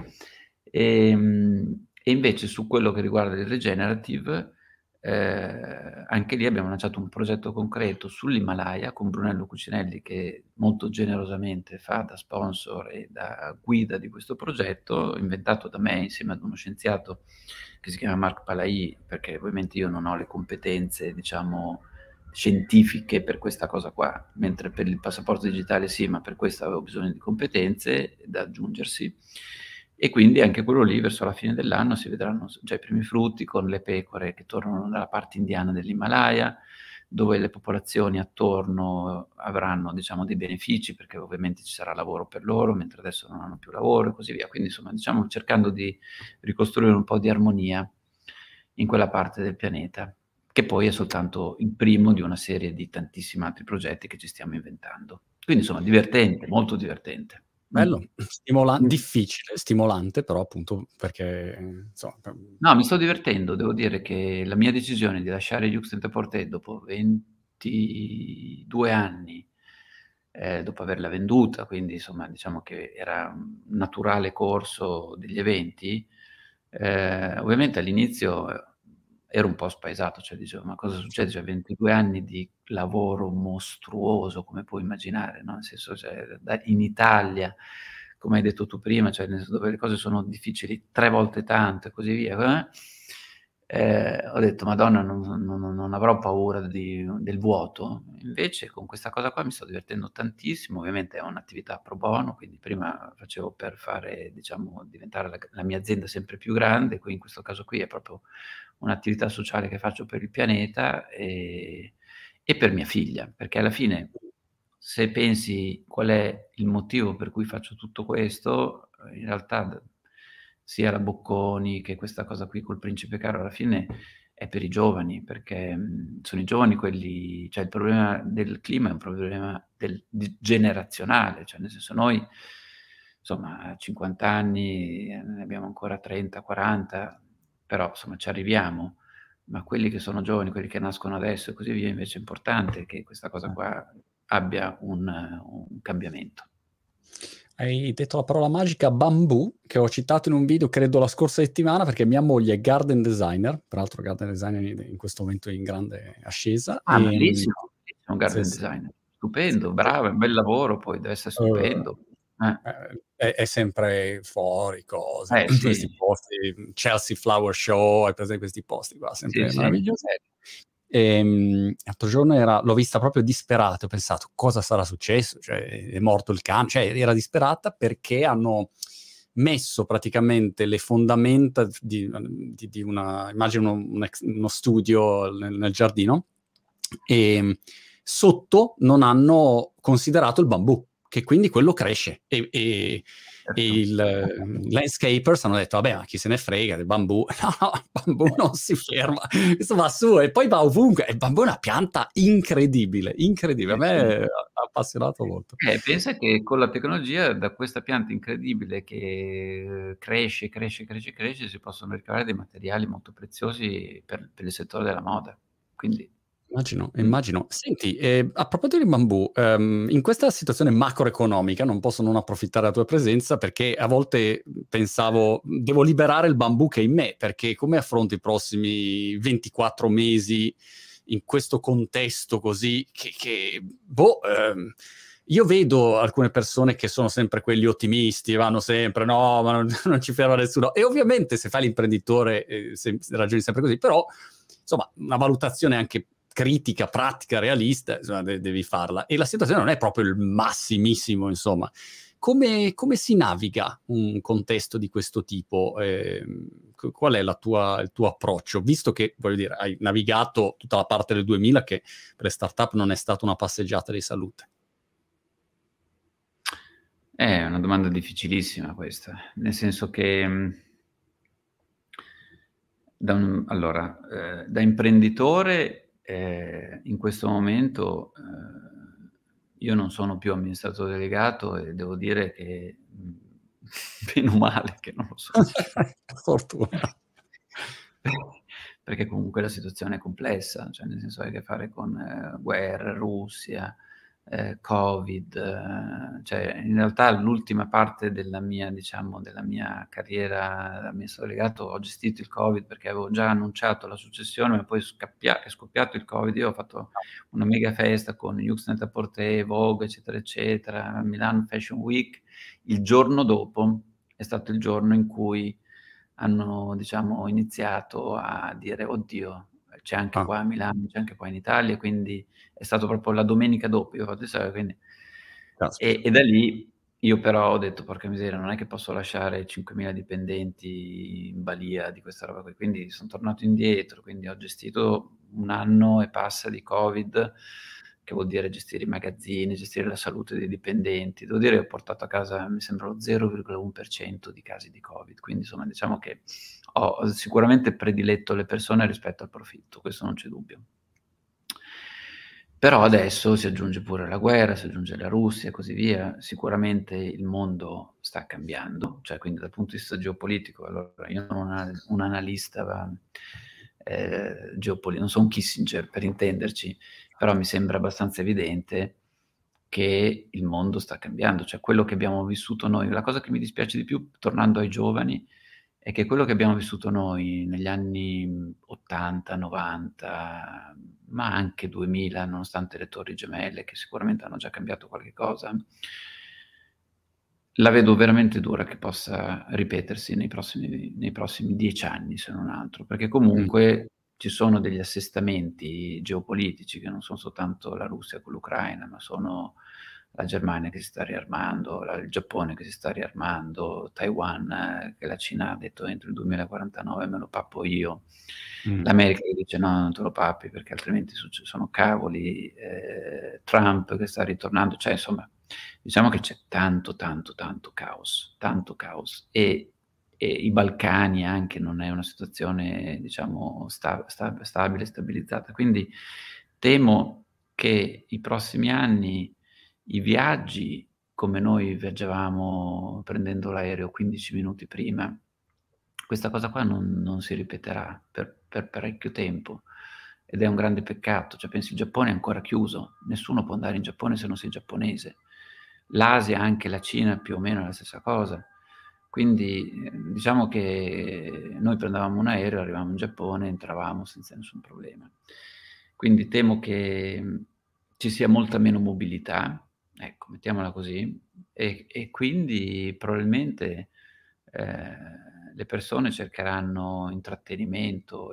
E invece su quello che riguarda il regenerative, anche lì abbiamo lanciato un progetto concreto sull'Himalaya con Brunello Cucinelli, che molto generosamente fa da sponsor e da guida di questo progetto, inventato da me insieme ad uno scienziato che si chiama Marc Palahi, perché ovviamente io non ho le competenze, diciamo, scientifiche per questa cosa qua, mentre per il passaporto digitale sì, ma per questo avevo bisogno di competenze da aggiungersi. E quindi anche quello lì verso la fine dell'anno si vedranno già i primi frutti con le pecore che tornano dalla parte indiana dell'Himalaya, dove le popolazioni attorno avranno, diciamo, dei benefici, perché ovviamente ci sarà lavoro per loro, mentre adesso non hanno più lavoro e così via. Quindi, insomma, diciamo, cercando di ricostruire un po' di armonia in quella parte del pianeta, che poi è soltanto il primo di una serie di tantissimi altri progetti che ci stiamo inventando. Quindi, insomma, divertente, molto divertente. Bello, difficile, stimolante, però appunto perché, insomma, No, mi sto divertendo. Devo dire che la mia decisione di lasciare Yux Net-a-Porter dopo 22 anni, dopo averla venduta, quindi insomma diciamo che era un naturale corso degli eventi, ovviamente all'inizio ero un po' spaesato, cioè dicevo: "Ma cosa succede?" Cioè 22 anni di lavoro mostruoso, come puoi immaginare, no, nel senso, cioè in Italia, come hai detto tu prima, cioè nel senso dove le cose sono difficili 3 volte tanto e così via, ho detto: "Madonna, non avrò paura del vuoto." Invece con questa cosa qua mi sto divertendo tantissimo, ovviamente è un'attività pro bono, quindi prima facevo per fare, diciamo, diventare la mia azienda sempre più grande, qui in questo caso qui è proprio un'attività sociale che faccio per il pianeta, e per mia figlia, perché alla fine se pensi qual è il motivo per cui faccio tutto questo, in realtà sia la Bocconi che questa cosa qui col Principe Carlo alla fine è per i giovani, perché sono i giovani quelli, cioè il problema del clima è un problema generazionale, cioè nel senso noi insomma a 50 anni ne abbiamo ancora 30, 40, però insomma ci arriviamo, ma quelli che sono giovani, quelli che nascono adesso e così via, invece è importante che questa cosa qua abbia un cambiamento. hai detto la parola magica bambù, che ho citato in un video, credo la scorsa settimana, perché mia moglie è garden designer, peraltro garden designer in questo momento in grande ascesa. Ah, bellissimo, bellissimo Sì, garden sì, designer. sì. Stupendo, brava, un bel lavoro poi, deve essere stupendo. È sempre fuori cose, Sì, questi posti, Chelsea Flower Show, hai presente questi posti qua, sì, sempre sì. meravigliosi. L'altro giorno l'ho vista proprio disperata, ho pensato cosa sarà successo, cioè è morto il cane, cioè era disperata perché hanno messo praticamente le fondamenta di una, immagino uno studio nel giardino, e sotto non hanno considerato il bambù, che quindi quello cresce e Certo. i landscapers hanno detto vabbè, ma chi se ne frega del bambù. No, il bambù non si ferma, questo va su e poi va ovunque. Il bambù è una pianta incredibile, a Sì, me sì. ha appassionato molto. Pensa che con la tecnologia da questa pianta incredibile che cresce, cresce, cresce, cresce, si possono ricavare dei materiali molto preziosi per il settore della moda. Quindi Immagino. Senti, a proposito di bambù, in questa situazione macroeconomica non posso non approfittare della tua presenza perché a volte pensavo devo liberare il bambù che è in me, perché come affronto i prossimi 24 mesi in questo contesto così io vedo alcune persone che sono sempre quelli ottimisti, vanno sempre, no, ma non ci ferma nessuno. E ovviamente se fai l'imprenditore ragioni sempre così, però insomma una valutazione anche critica, pratica, realista, insomma, devi farla. E la situazione non è proprio il massimissimo, insomma. Come si naviga un contesto di questo tipo? Qual è il tuo approccio? Visto che, voglio dire, hai navigato tutta la parte del 2000 che per le startup non è stata una passeggiata di salute. è una domanda difficilissima questa, nel senso che allora, da imprenditore, in questo momento, io non sono più amministratore delegato e devo dire che, meno male che non lo sono più. Fortuna. Perché comunque la situazione è complessa, cioè nel senso hai a che fare con, guerra, Russia, Covid, cioè in realtà l'ultima parte della mia, diciamo, della mia carriera da amministratore delegato ho gestito il Covid perché avevo già annunciato la successione, ma poi è scoppiato il Covid. Io ho fatto una mega festa con Yux Net-a-Porter, Vogue, eccetera, eccetera, Milan Fashion Week. Il giorno dopo è stato il giorno in cui hanno, diciamo, iniziato a dire: "Oddio, c'è anche Ah, qua a Milano, c'è anche qua in Italia", quindi è stato proprio la domenica dopo. Io ho fatto il quindi caspita. e da lì Io però ho detto, porca miseria, non è che posso lasciare 5.000 dipendenti in balia di questa roba qui, quindi sono tornato indietro, quindi ho gestito 1 anno e passa di Covid, che vuol dire gestire i magazzini, gestire la salute dei dipendenti. Devo dire che ho portato a casa, mi sembra, lo 0,1% di casi di Covid, quindi insomma diciamo che ho sicuramente prediletto le persone rispetto al profitto, questo non c'è dubbio. Però adesso si aggiunge pure la guerra, si aggiunge la Russia e così via. Sicuramente il mondo sta cambiando, cioè quindi dal punto di vista geopolitico, allora io non sono un analista geopolitico, non sono un Kissinger per intenderci, però mi sembra abbastanza evidente che il mondo sta cambiando, cioè quello che abbiamo vissuto noi. La cosa che mi dispiace di più, tornando ai giovani, è che quello che abbiamo vissuto noi negli anni 80, 90, ma anche 2000, nonostante le torri gemelle, che sicuramente hanno già cambiato qualche cosa, la vedo veramente dura che possa ripetersi nei prossimi 10 anni, se non altro, perché comunque ci sono degli assestamenti geopolitici che non sono soltanto la Russia con l'Ucraina, ma sono la Germania che si sta riarmando, il Giappone che si sta riarmando, Taiwan, che la Cina ha detto entro il 2049 me lo pappo io, l'America che dice no, non te lo pappi perché altrimenti sono cavoli, Trump che sta ritornando, cioè insomma diciamo che c'è tanto caos, e i Balcani anche non è una situazione, diciamo, stabile, stabilizzata. Quindi temo che i prossimi anni i viaggi, come noi viaggiavamo prendendo l'aereo 15 minuti prima, questa cosa qua non si ripeterà per parecchio tempo. Ed è un grande peccato, cioè pensi il Giappone è ancora chiuso, nessuno può andare in Giappone se non sei giapponese. L'Asia, anche la Cina, più o meno è la stessa cosa. Quindi diciamo che noi prendevamo un aereo, arrivavamo in Giappone, entravamo senza nessun problema. Quindi temo che ci sia molta meno mobilità, ecco, mettiamola così, e quindi probabilmente le persone cercheranno intrattenimento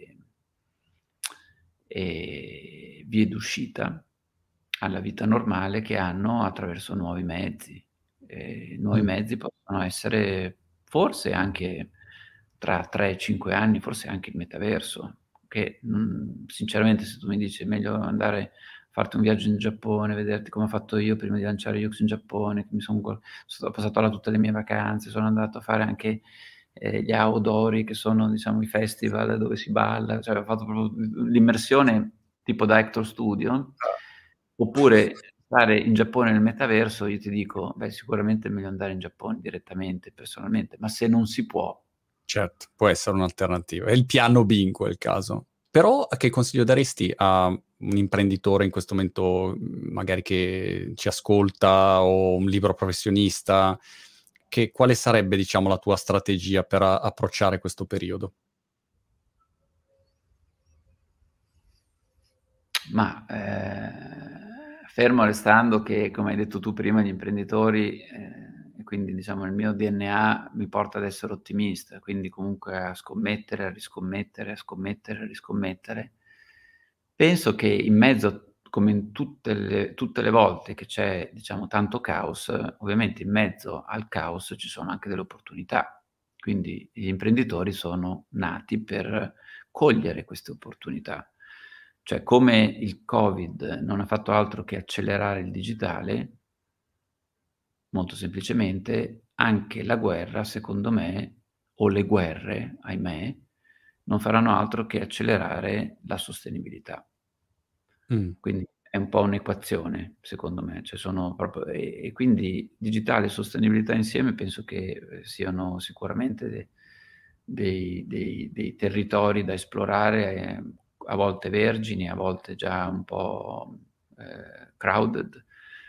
e vie d'uscita alla vita normale che hanno attraverso nuovi mezzi. Nuovi mezzi possono essere forse anche tra 3 e 5 anni, forse anche il metaverso, che sinceramente se tu mi dici è meglio andare a farti un viaggio in Giappone, vederti come ho fatto io prima di lanciare Yux in Giappone, che ho passato là tutte le mie vacanze, sono andato a fare anche gli Aodori, che sono diciamo i festival dove si balla, cioè ho fatto proprio l'immersione tipo da Actor Studio, oppure stare in Giappone nel metaverso, io ti dico, beh, sicuramente è meglio andare in Giappone direttamente, personalmente, ma se non si può. Certo, può essere un'alternativa. È il piano B in quel caso. Però che consiglio daresti a un imprenditore in questo momento, magari che ci ascolta, o un libero professionista, quale sarebbe, diciamo, la tua strategia per approcciare questo periodo? Ma fermo restando che, come hai detto tu prima, gli imprenditori, e quindi diciamo il mio DNA mi porta ad essere ottimista, quindi comunque a scommettere, a riscommettere, a scommettere, a riscommettere. Penso che in mezzo, come in tutte le volte che c'è, diciamo, tanto caos, ovviamente in mezzo al caos ci sono anche delle opportunità. Quindi gli imprenditori sono nati per cogliere queste opportunità. Cioè, come il Covid non ha fatto altro che accelerare il digitale, molto semplicemente, anche la guerra, secondo me, o le guerre, ahimè, non faranno altro che accelerare la sostenibilità. Quindi è un po' un'equazione, secondo me. Cioè sono proprio, e quindi digitale e sostenibilità insieme penso che siano sicuramente dei territori da esplorare, a volte vergini, a volte già un po' crowded,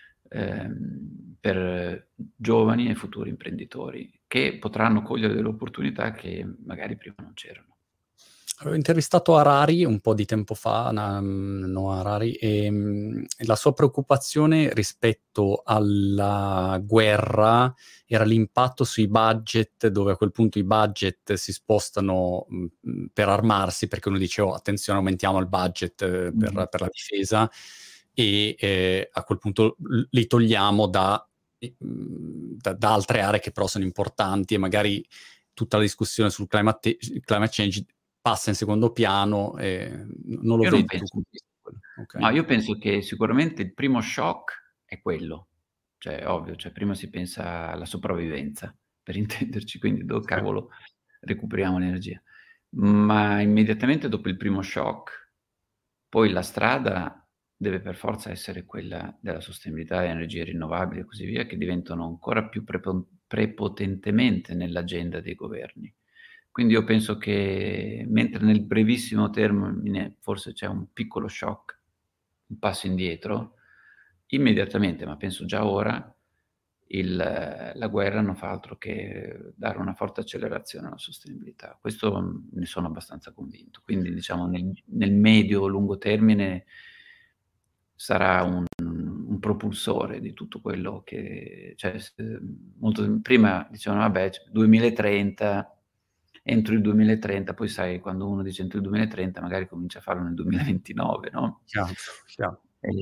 per giovani e futuri imprenditori che potranno cogliere delle opportunità che magari prima non c'erano. Avevo intervistato Harari un po' di tempo fa, Noah Harari, e la sua preoccupazione rispetto alla guerra era l'impatto sui budget, dove a quel punto i budget si spostano per armarsi, perché uno dice, oh, attenzione, aumentiamo il budget per la difesa, e a quel punto li togliamo da da altre aree che però sono importanti, e magari tutta la discussione sul climate change passa in secondo piano, e non lo Io non vedi tu penso come che quello. no, Okay. io penso che sicuramente il primo shock è quello. Cioè, ovvio, cioè prima si pensa alla sopravvivenza, per intenderci, quindi dove Sì. cavolo recuperiamo l'energia. Ma immediatamente dopo il primo shock, poi la strada deve per forza essere quella della sostenibilità, energie rinnovabili e così via, che diventano ancora più prepotentemente nell'agenda dei governi. Quindi io penso che mentre nel brevissimo termine forse c'è un piccolo shock, un passo indietro, immediatamente, ma penso già ora, la guerra non fa altro che dare una forte accelerazione alla sostenibilità. Questo ne sono abbastanza convinto. Quindi diciamo nel medio-lungo termine sarà un propulsore di tutto quello che... Cioè, molto, prima dicevano, vabbè, 2030, entro il 2030, poi sai, quando uno dice entro il 2030 magari comincia a farlo nel 2029, no? Chiaro, chiaro.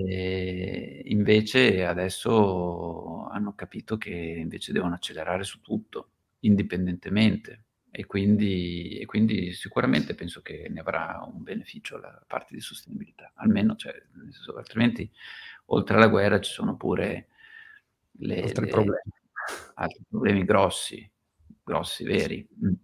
Invece adesso hanno capito che invece devono accelerare su tutto, indipendentemente, e quindi sicuramente penso che ne avrà un beneficio la parte di sostenibilità, almeno, cioè, nel senso, altrimenti oltre alla guerra ci sono pure Altri problemi. altri problemi grossi, grossi, veri.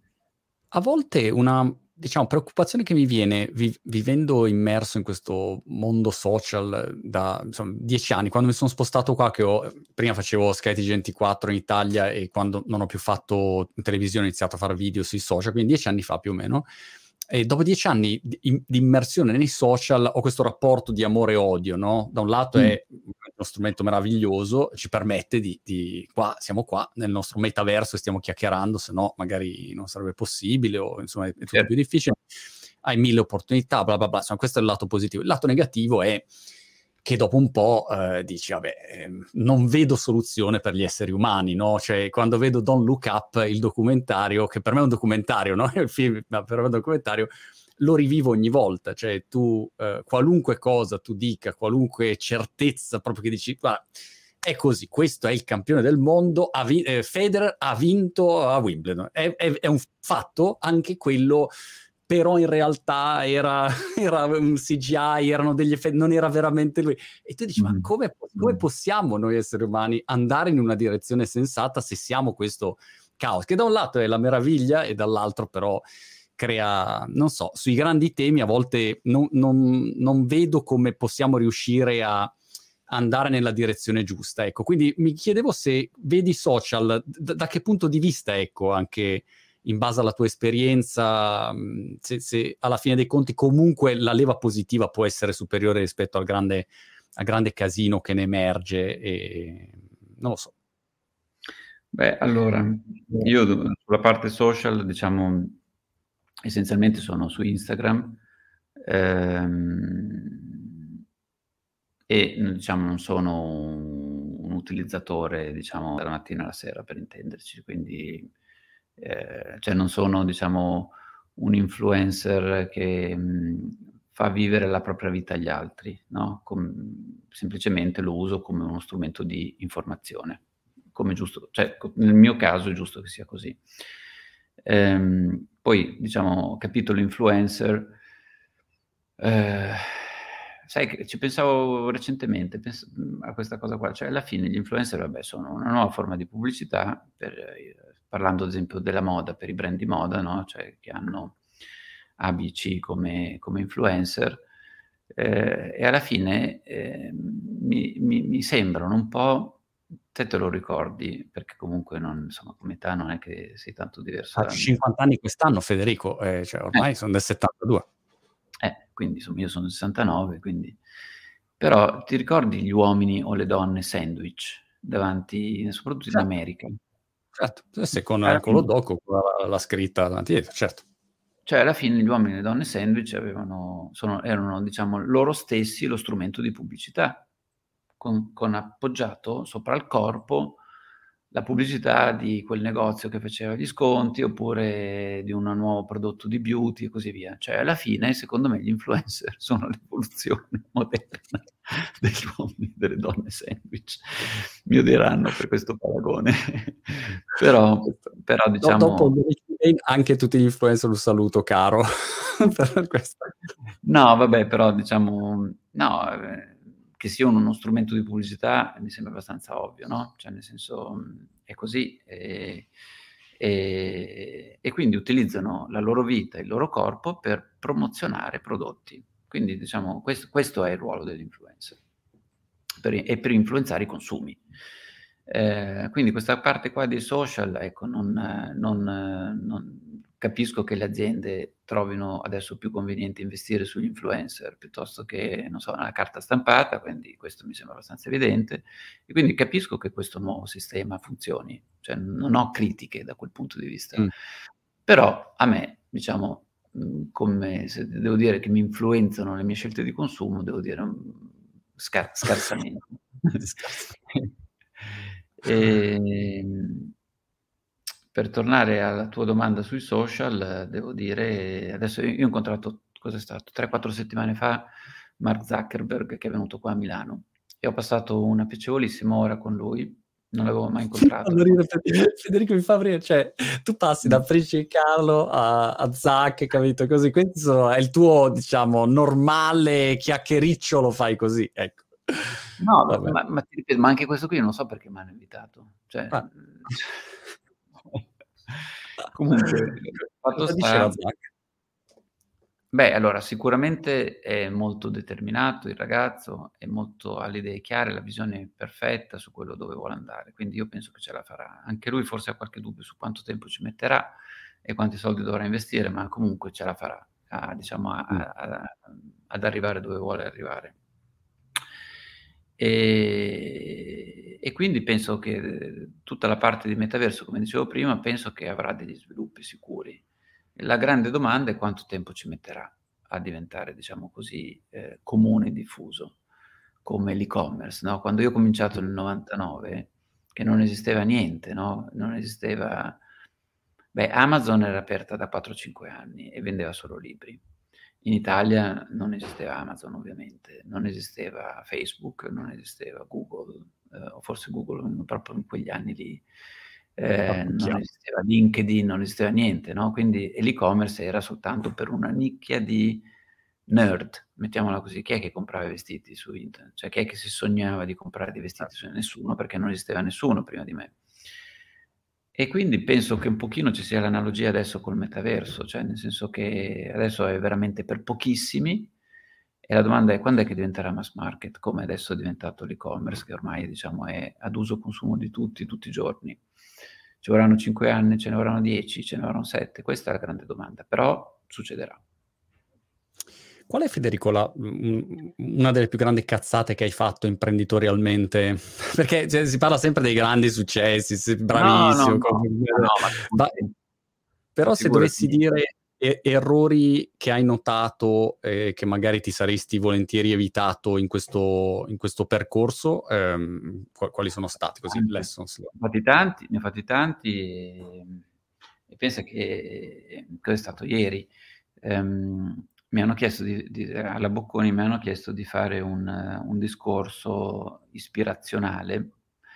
A volte una, diciamo, preoccupazione che mi viene vivendo immerso in questo mondo social da, insomma, 10 anni, quando mi sono spostato qua, che prima facevo SkyTG24 in Italia, e quando non ho più fatto televisione ho iniziato a fare video sui social, quindi 10 anni fa più o meno. E dopo 10 anni di immersione nei social ho questo rapporto di amore e odio, no? Da un lato Mh. è uno strumento meraviglioso, ci permette qua, siamo qua nel nostro metaverso e stiamo chiacchierando, se no magari non sarebbe possibile, o insomma è tutto Certo. più difficile. Hai 1000 opportunità, bla bla bla. Insomma, questo è il lato positivo. Il lato negativo è che dopo un po' dici, vabbè, non vedo soluzione per gli esseri umani, no? Cioè, quando vedo Don't Look Up, il documentario, che per me è un documentario, no? Il film, ma per me è un documentario, lo rivivo ogni volta. Cioè, tu, qualunque cosa tu dica, qualunque certezza, proprio che dici, guarda, è così, questo è il campione del mondo, Federer ha vinto a Wimbledon. È un fatto, anche quello, però in realtà era un CGI, erano degli effetti, non era veramente lui. E tu dici, ma come possiamo noi esseri umani andare in una direzione sensata se siamo questo caos? Che da un lato è la meraviglia, e dall'altro però crea, non so, sui grandi temi a volte non vedo come possiamo riuscire a andare nella direzione giusta. Ecco, quindi mi chiedevo se vedi social, da che punto di vista, ecco, anche in base alla tua esperienza, se alla fine dei conti comunque la leva positiva può essere superiore rispetto al grande casino che ne emerge, e non lo so. Beh, allora, io sulla parte social, diciamo, essenzialmente sono su Instagram, e diciamo non sono un utilizzatore, diciamo, dalla mattina alla sera, per intenderci, quindi cioè non sono, diciamo, un influencer che fa vivere la propria vita agli altri, no? Semplicemente lo uso come uno strumento di informazione, come giusto, cioè nel mio caso è giusto che sia così. Poi, diciamo, capitolo influencer, Ehm, sai che ci pensavo recentemente, a questa cosa qua, cioè alla fine gli influencer, vabbè, sono una nuova forma di pubblicità parlando ad esempio della moda, per i brand di moda, no, cioè che hanno A, B, C come influencer, e alla fine, mi sembrano un po', te lo ricordi, perché comunque non, insomma, come età non è che sei tanto diverso da Faccio me. 50 anni quest'anno, Federico, cioè Eh. ormai sono del 72. Quindi insomma io sono del 69, quindi però ti ricordi gli uomini o le donne sandwich davanti, soprattutto in Certo, America? certo. Sì, Alla con lo fine, doc, con la scritta davanti dietro, certo. cioè alla fine gli uomini e le donne sandwich erano, diciamo, loro stessi lo strumento di pubblicità, con appoggiato sopra al corpo la pubblicità di quel negozio che faceva gli sconti, oppure di un nuovo prodotto di beauty e così via. Cioè alla fine, secondo me, gli influencer sono l'evoluzione moderna. degli uomini e delle donne sandwich. Mi odieranno per questo paragone. Però Dopo diciamo... anche tutti gli influencer lo saluto, caro, per questo. No, vabbè, però diciamo, no, che sia uno strumento di pubblicità mi sembra abbastanza ovvio, no? Cioè, nel senso, è così. E quindi utilizzano la loro vita, il loro corpo per promozionare prodotti. Quindi, diciamo, questo è il ruolo dell'influencer, e per influenzare i consumi. Quindi questa parte qua dei social, ecco, non capisco che le aziende trovino adesso più conveniente investire sugli influencer piuttosto che, non so, una carta stampata, quindi questo mi sembra abbastanza evidente, e quindi capisco che questo nuovo sistema funzioni, cioè non ho critiche da quel punto di vista. Però a me, diciamo, come se devo dire che mi influenzano le mie scelte di consumo, devo dire scarsamente. Per tornare alla tua domanda sui social, devo dire, adesso io ho incontrato, cos'è stato, 3-4 settimane fa, Mark Zuckerberg, che è venuto qua a Milano, e ho passato una piacevolissima ora con lui. Non l'avevo mai incontrato. Federico, mi fa aprire, cioè tu passi da Principe Carlo a Zac, capito? Così, questo è il tuo, diciamo, normale chiacchiericcio, lo fai così, ecco. No, ma ti ripeto, ma anche questo qui non so perché m'hanno invitato. Cioè, comunque, fatto cosa diceva sta... Zac? Beh, allora, sicuramente è molto determinato il ragazzo, ha le idee chiare, la visione perfetta su quello dove vuole andare, quindi io penso che ce la farà. Anche lui forse ha qualche dubbio su quanto tempo ci metterà e quanti soldi dovrà investire, ma comunque ce la farà, diciamo, ad arrivare dove vuole arrivare. E quindi penso che tutta la parte di metaverso, come dicevo prima, penso che avrà degli sviluppi sicuri. La grande domanda è quanto tempo ci metterà a diventare, diciamo così, comune e diffuso, come l'e-commerce, no? Quando io ho cominciato nel 99, che non esisteva niente, no? Non esisteva... Beh, Amazon era aperta da 4-5 anni e vendeva solo libri. In Italia non esisteva Amazon, ovviamente, non esisteva Facebook, non esisteva Google, o forse Google proprio in quegli anni lì, non esisteva LinkedIn, non esisteva niente, no? Quindi l'e-commerce era soltanto per una nicchia di nerd, mettiamola così. Chi è che comprava i vestiti su internet? Cioè, chi è che si sognava di comprare dei vestiti? Nessuno, perché non esisteva nessuno prima di me. E quindi penso che un pochino ci sia l'analogia adesso col metaverso, cioè nel senso che adesso è veramente per pochissimi, e la domanda è quando è che diventerà mass market, come adesso è diventato l'e-commerce, che ormai, diciamo, è ad uso consumo di tutti i giorni. Ci vorranno 5 anni, ce ne vorranno 10, ce ne vorranno 7? Questa è la grande domanda, però succederà. Qual è, Federico, una delle più grandi cazzate che hai fatto imprenditorialmente? Perché cioè, si parla sempre dei grandi successi, sei bravissimo. Però se dovessi dire errori che hai notato, che magari ti saresti volentieri evitato in questo percorso, quali sono stati così? Lessons? Ne ho fatti tanti e pensa che cosa è stato ieri? Mi hanno chiesto alla Bocconi mi hanno chiesto di fare un discorso ispirazionale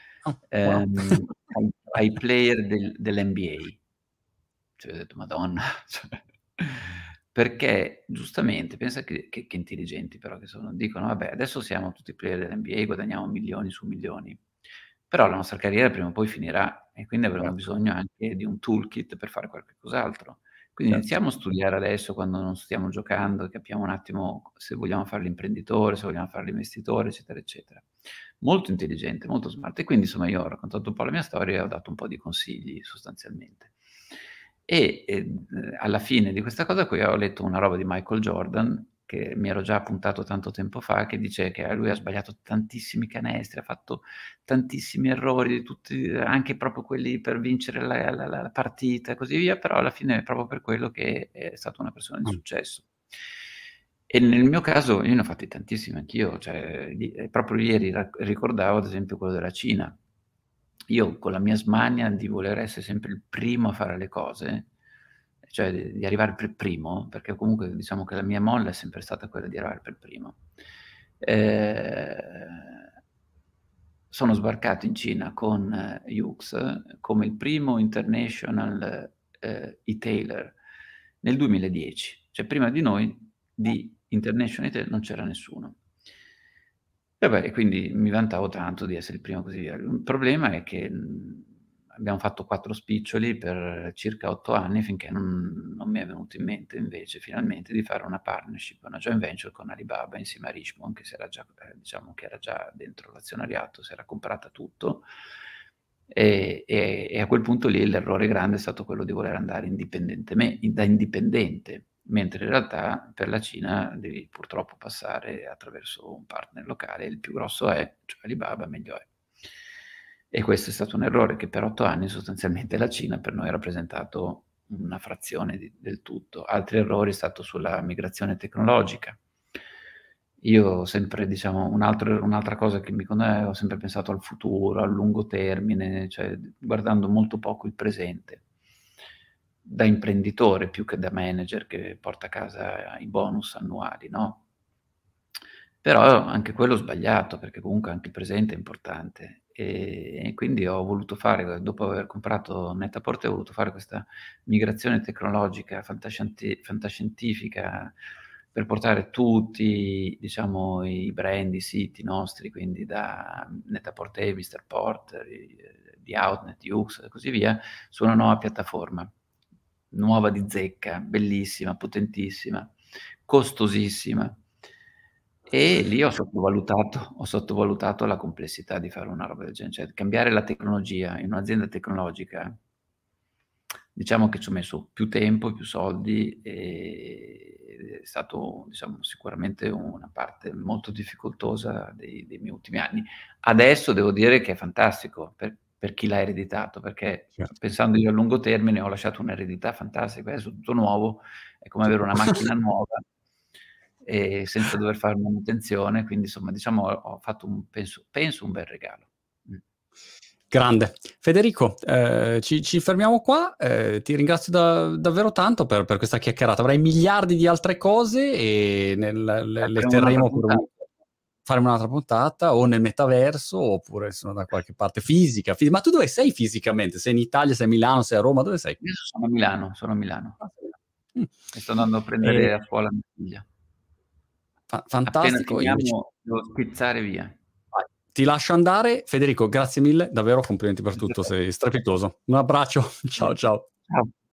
ai player dell'NBA. Cioè, ho detto, Madonna, cioè, perché giustamente, pensa che intelligenti però che sono, dicono, vabbè, adesso siamo tutti player dell'NBA, guadagniamo milioni su milioni, però la nostra carriera prima o poi finirà e quindi avremo bisogno anche di un toolkit per fare qualche cos'altro. Quindi iniziamo a studiare adesso quando non stiamo giocando, capiamo un attimo se vogliamo fare l'imprenditore, se vogliamo fare l'investitore, eccetera, eccetera. Molto intelligente, molto smart. E quindi insomma io ho raccontato un po' la mia storia e ho dato un po' di consigli sostanzialmente. E alla fine di questa cosa qui ho letto una roba di Michael Jordan, che mi ero già appuntato tanto tempo fa, che dice che lui ha sbagliato tantissimi canestri, ha fatto tantissimi errori, tutti, anche proprio quelli per vincere la partita e così via, però alla fine è proprio per quello che è stata una persona di successo. E nel mio caso io ne ho fatti tantissimi anch'io, cioè, proprio ieri ricordavo ad esempio quello della Cina. Io con la mia smania di voler essere sempre il primo a fare le cose, cioè di arrivare per primo, perché comunque diciamo che la mia molla è sempre stata quella di arrivare per primo. Sono sbarcato in Cina con Yux come il primo international e-tailer nel 2010. Cioè prima di noi di international e-tailer non c'era nessuno. E beh, e quindi mi vantavo tanto di essere il primo così via. Il problema è che abbiamo fatto 4 spiccioli per circa 8 anni finché non mi è venuto in mente invece finalmente di fare una partnership, una joint venture con Alibaba insieme a Richemont, che si era già, diciamo che era già dentro l'azionariato, si era comprata tutto. E a quel punto lì l'errore grande è stato quello di voler andare da indipendente, mentre in realtà per la Cina devi purtroppo passare attraverso un partner locale, il più grosso è, cioè Alibaba, meglio è. E questo è stato un errore che per 8 anni sostanzialmente la Cina per noi ha rappresentato una frazione del tutto. Altri errori è stato sulla migrazione tecnologica. Io ho sempre, diciamo, un'altra cosa che ho sempre pensato al futuro, al lungo termine, cioè guardando molto poco il presente, da imprenditore più che da manager che porta a casa i bonus annuali, no? Però anche quello sbagliato, perché comunque anche il presente è importante. E quindi ho voluto fare, dopo aver comprato Net-a-Porter, ho voluto fare questa migrazione tecnologica, fantascientifica, per portare tutti, diciamo, i brand, i siti nostri, quindi da Net-a-Porter, Mr. Porter, di Outnet, Yux e così via, su una nuova piattaforma, nuova di zecca, bellissima, potentissima, costosissima. E lì ho sottovalutato la complessità di fare una roba del genere, cioè cambiare la tecnologia in un'azienda tecnologica, diciamo che ci ho messo più tempo, più soldi, è stato, diciamo, sicuramente una parte molto difficoltosa dei miei ultimi anni. Adesso devo dire che è fantastico per chi l'ha ereditato, perché Certo. pensando io a lungo termine ho lasciato un'eredità fantastica, adesso tutto nuovo, è come avere una macchina nuova e senza dover fare manutenzione, quindi insomma diciamo ho fatto penso un bel regalo. Grande. Federico, ci fermiamo qua. Ti ringrazio davvero tanto per questa chiacchierata. Avrai miliardi di altre cose e le Faremo un'altra terremo puntata. faremo un'altra puntata o nel metaverso oppure sono da qualche parte fisica. Ma tu dove sei fisicamente? Sei in Italia, sei a Milano, sei a Roma? Dove sei? Io sono a Milano. Mm. E sto andando a prendere a scuola mia figlia. Appena Fantastico. Io invece finiamo devo spizzare via. vai. Ti lascio andare. Federico, grazie mille, davvero complimenti per tutto, sei strepitoso. Un abbraccio, ciao ciao. Ciao.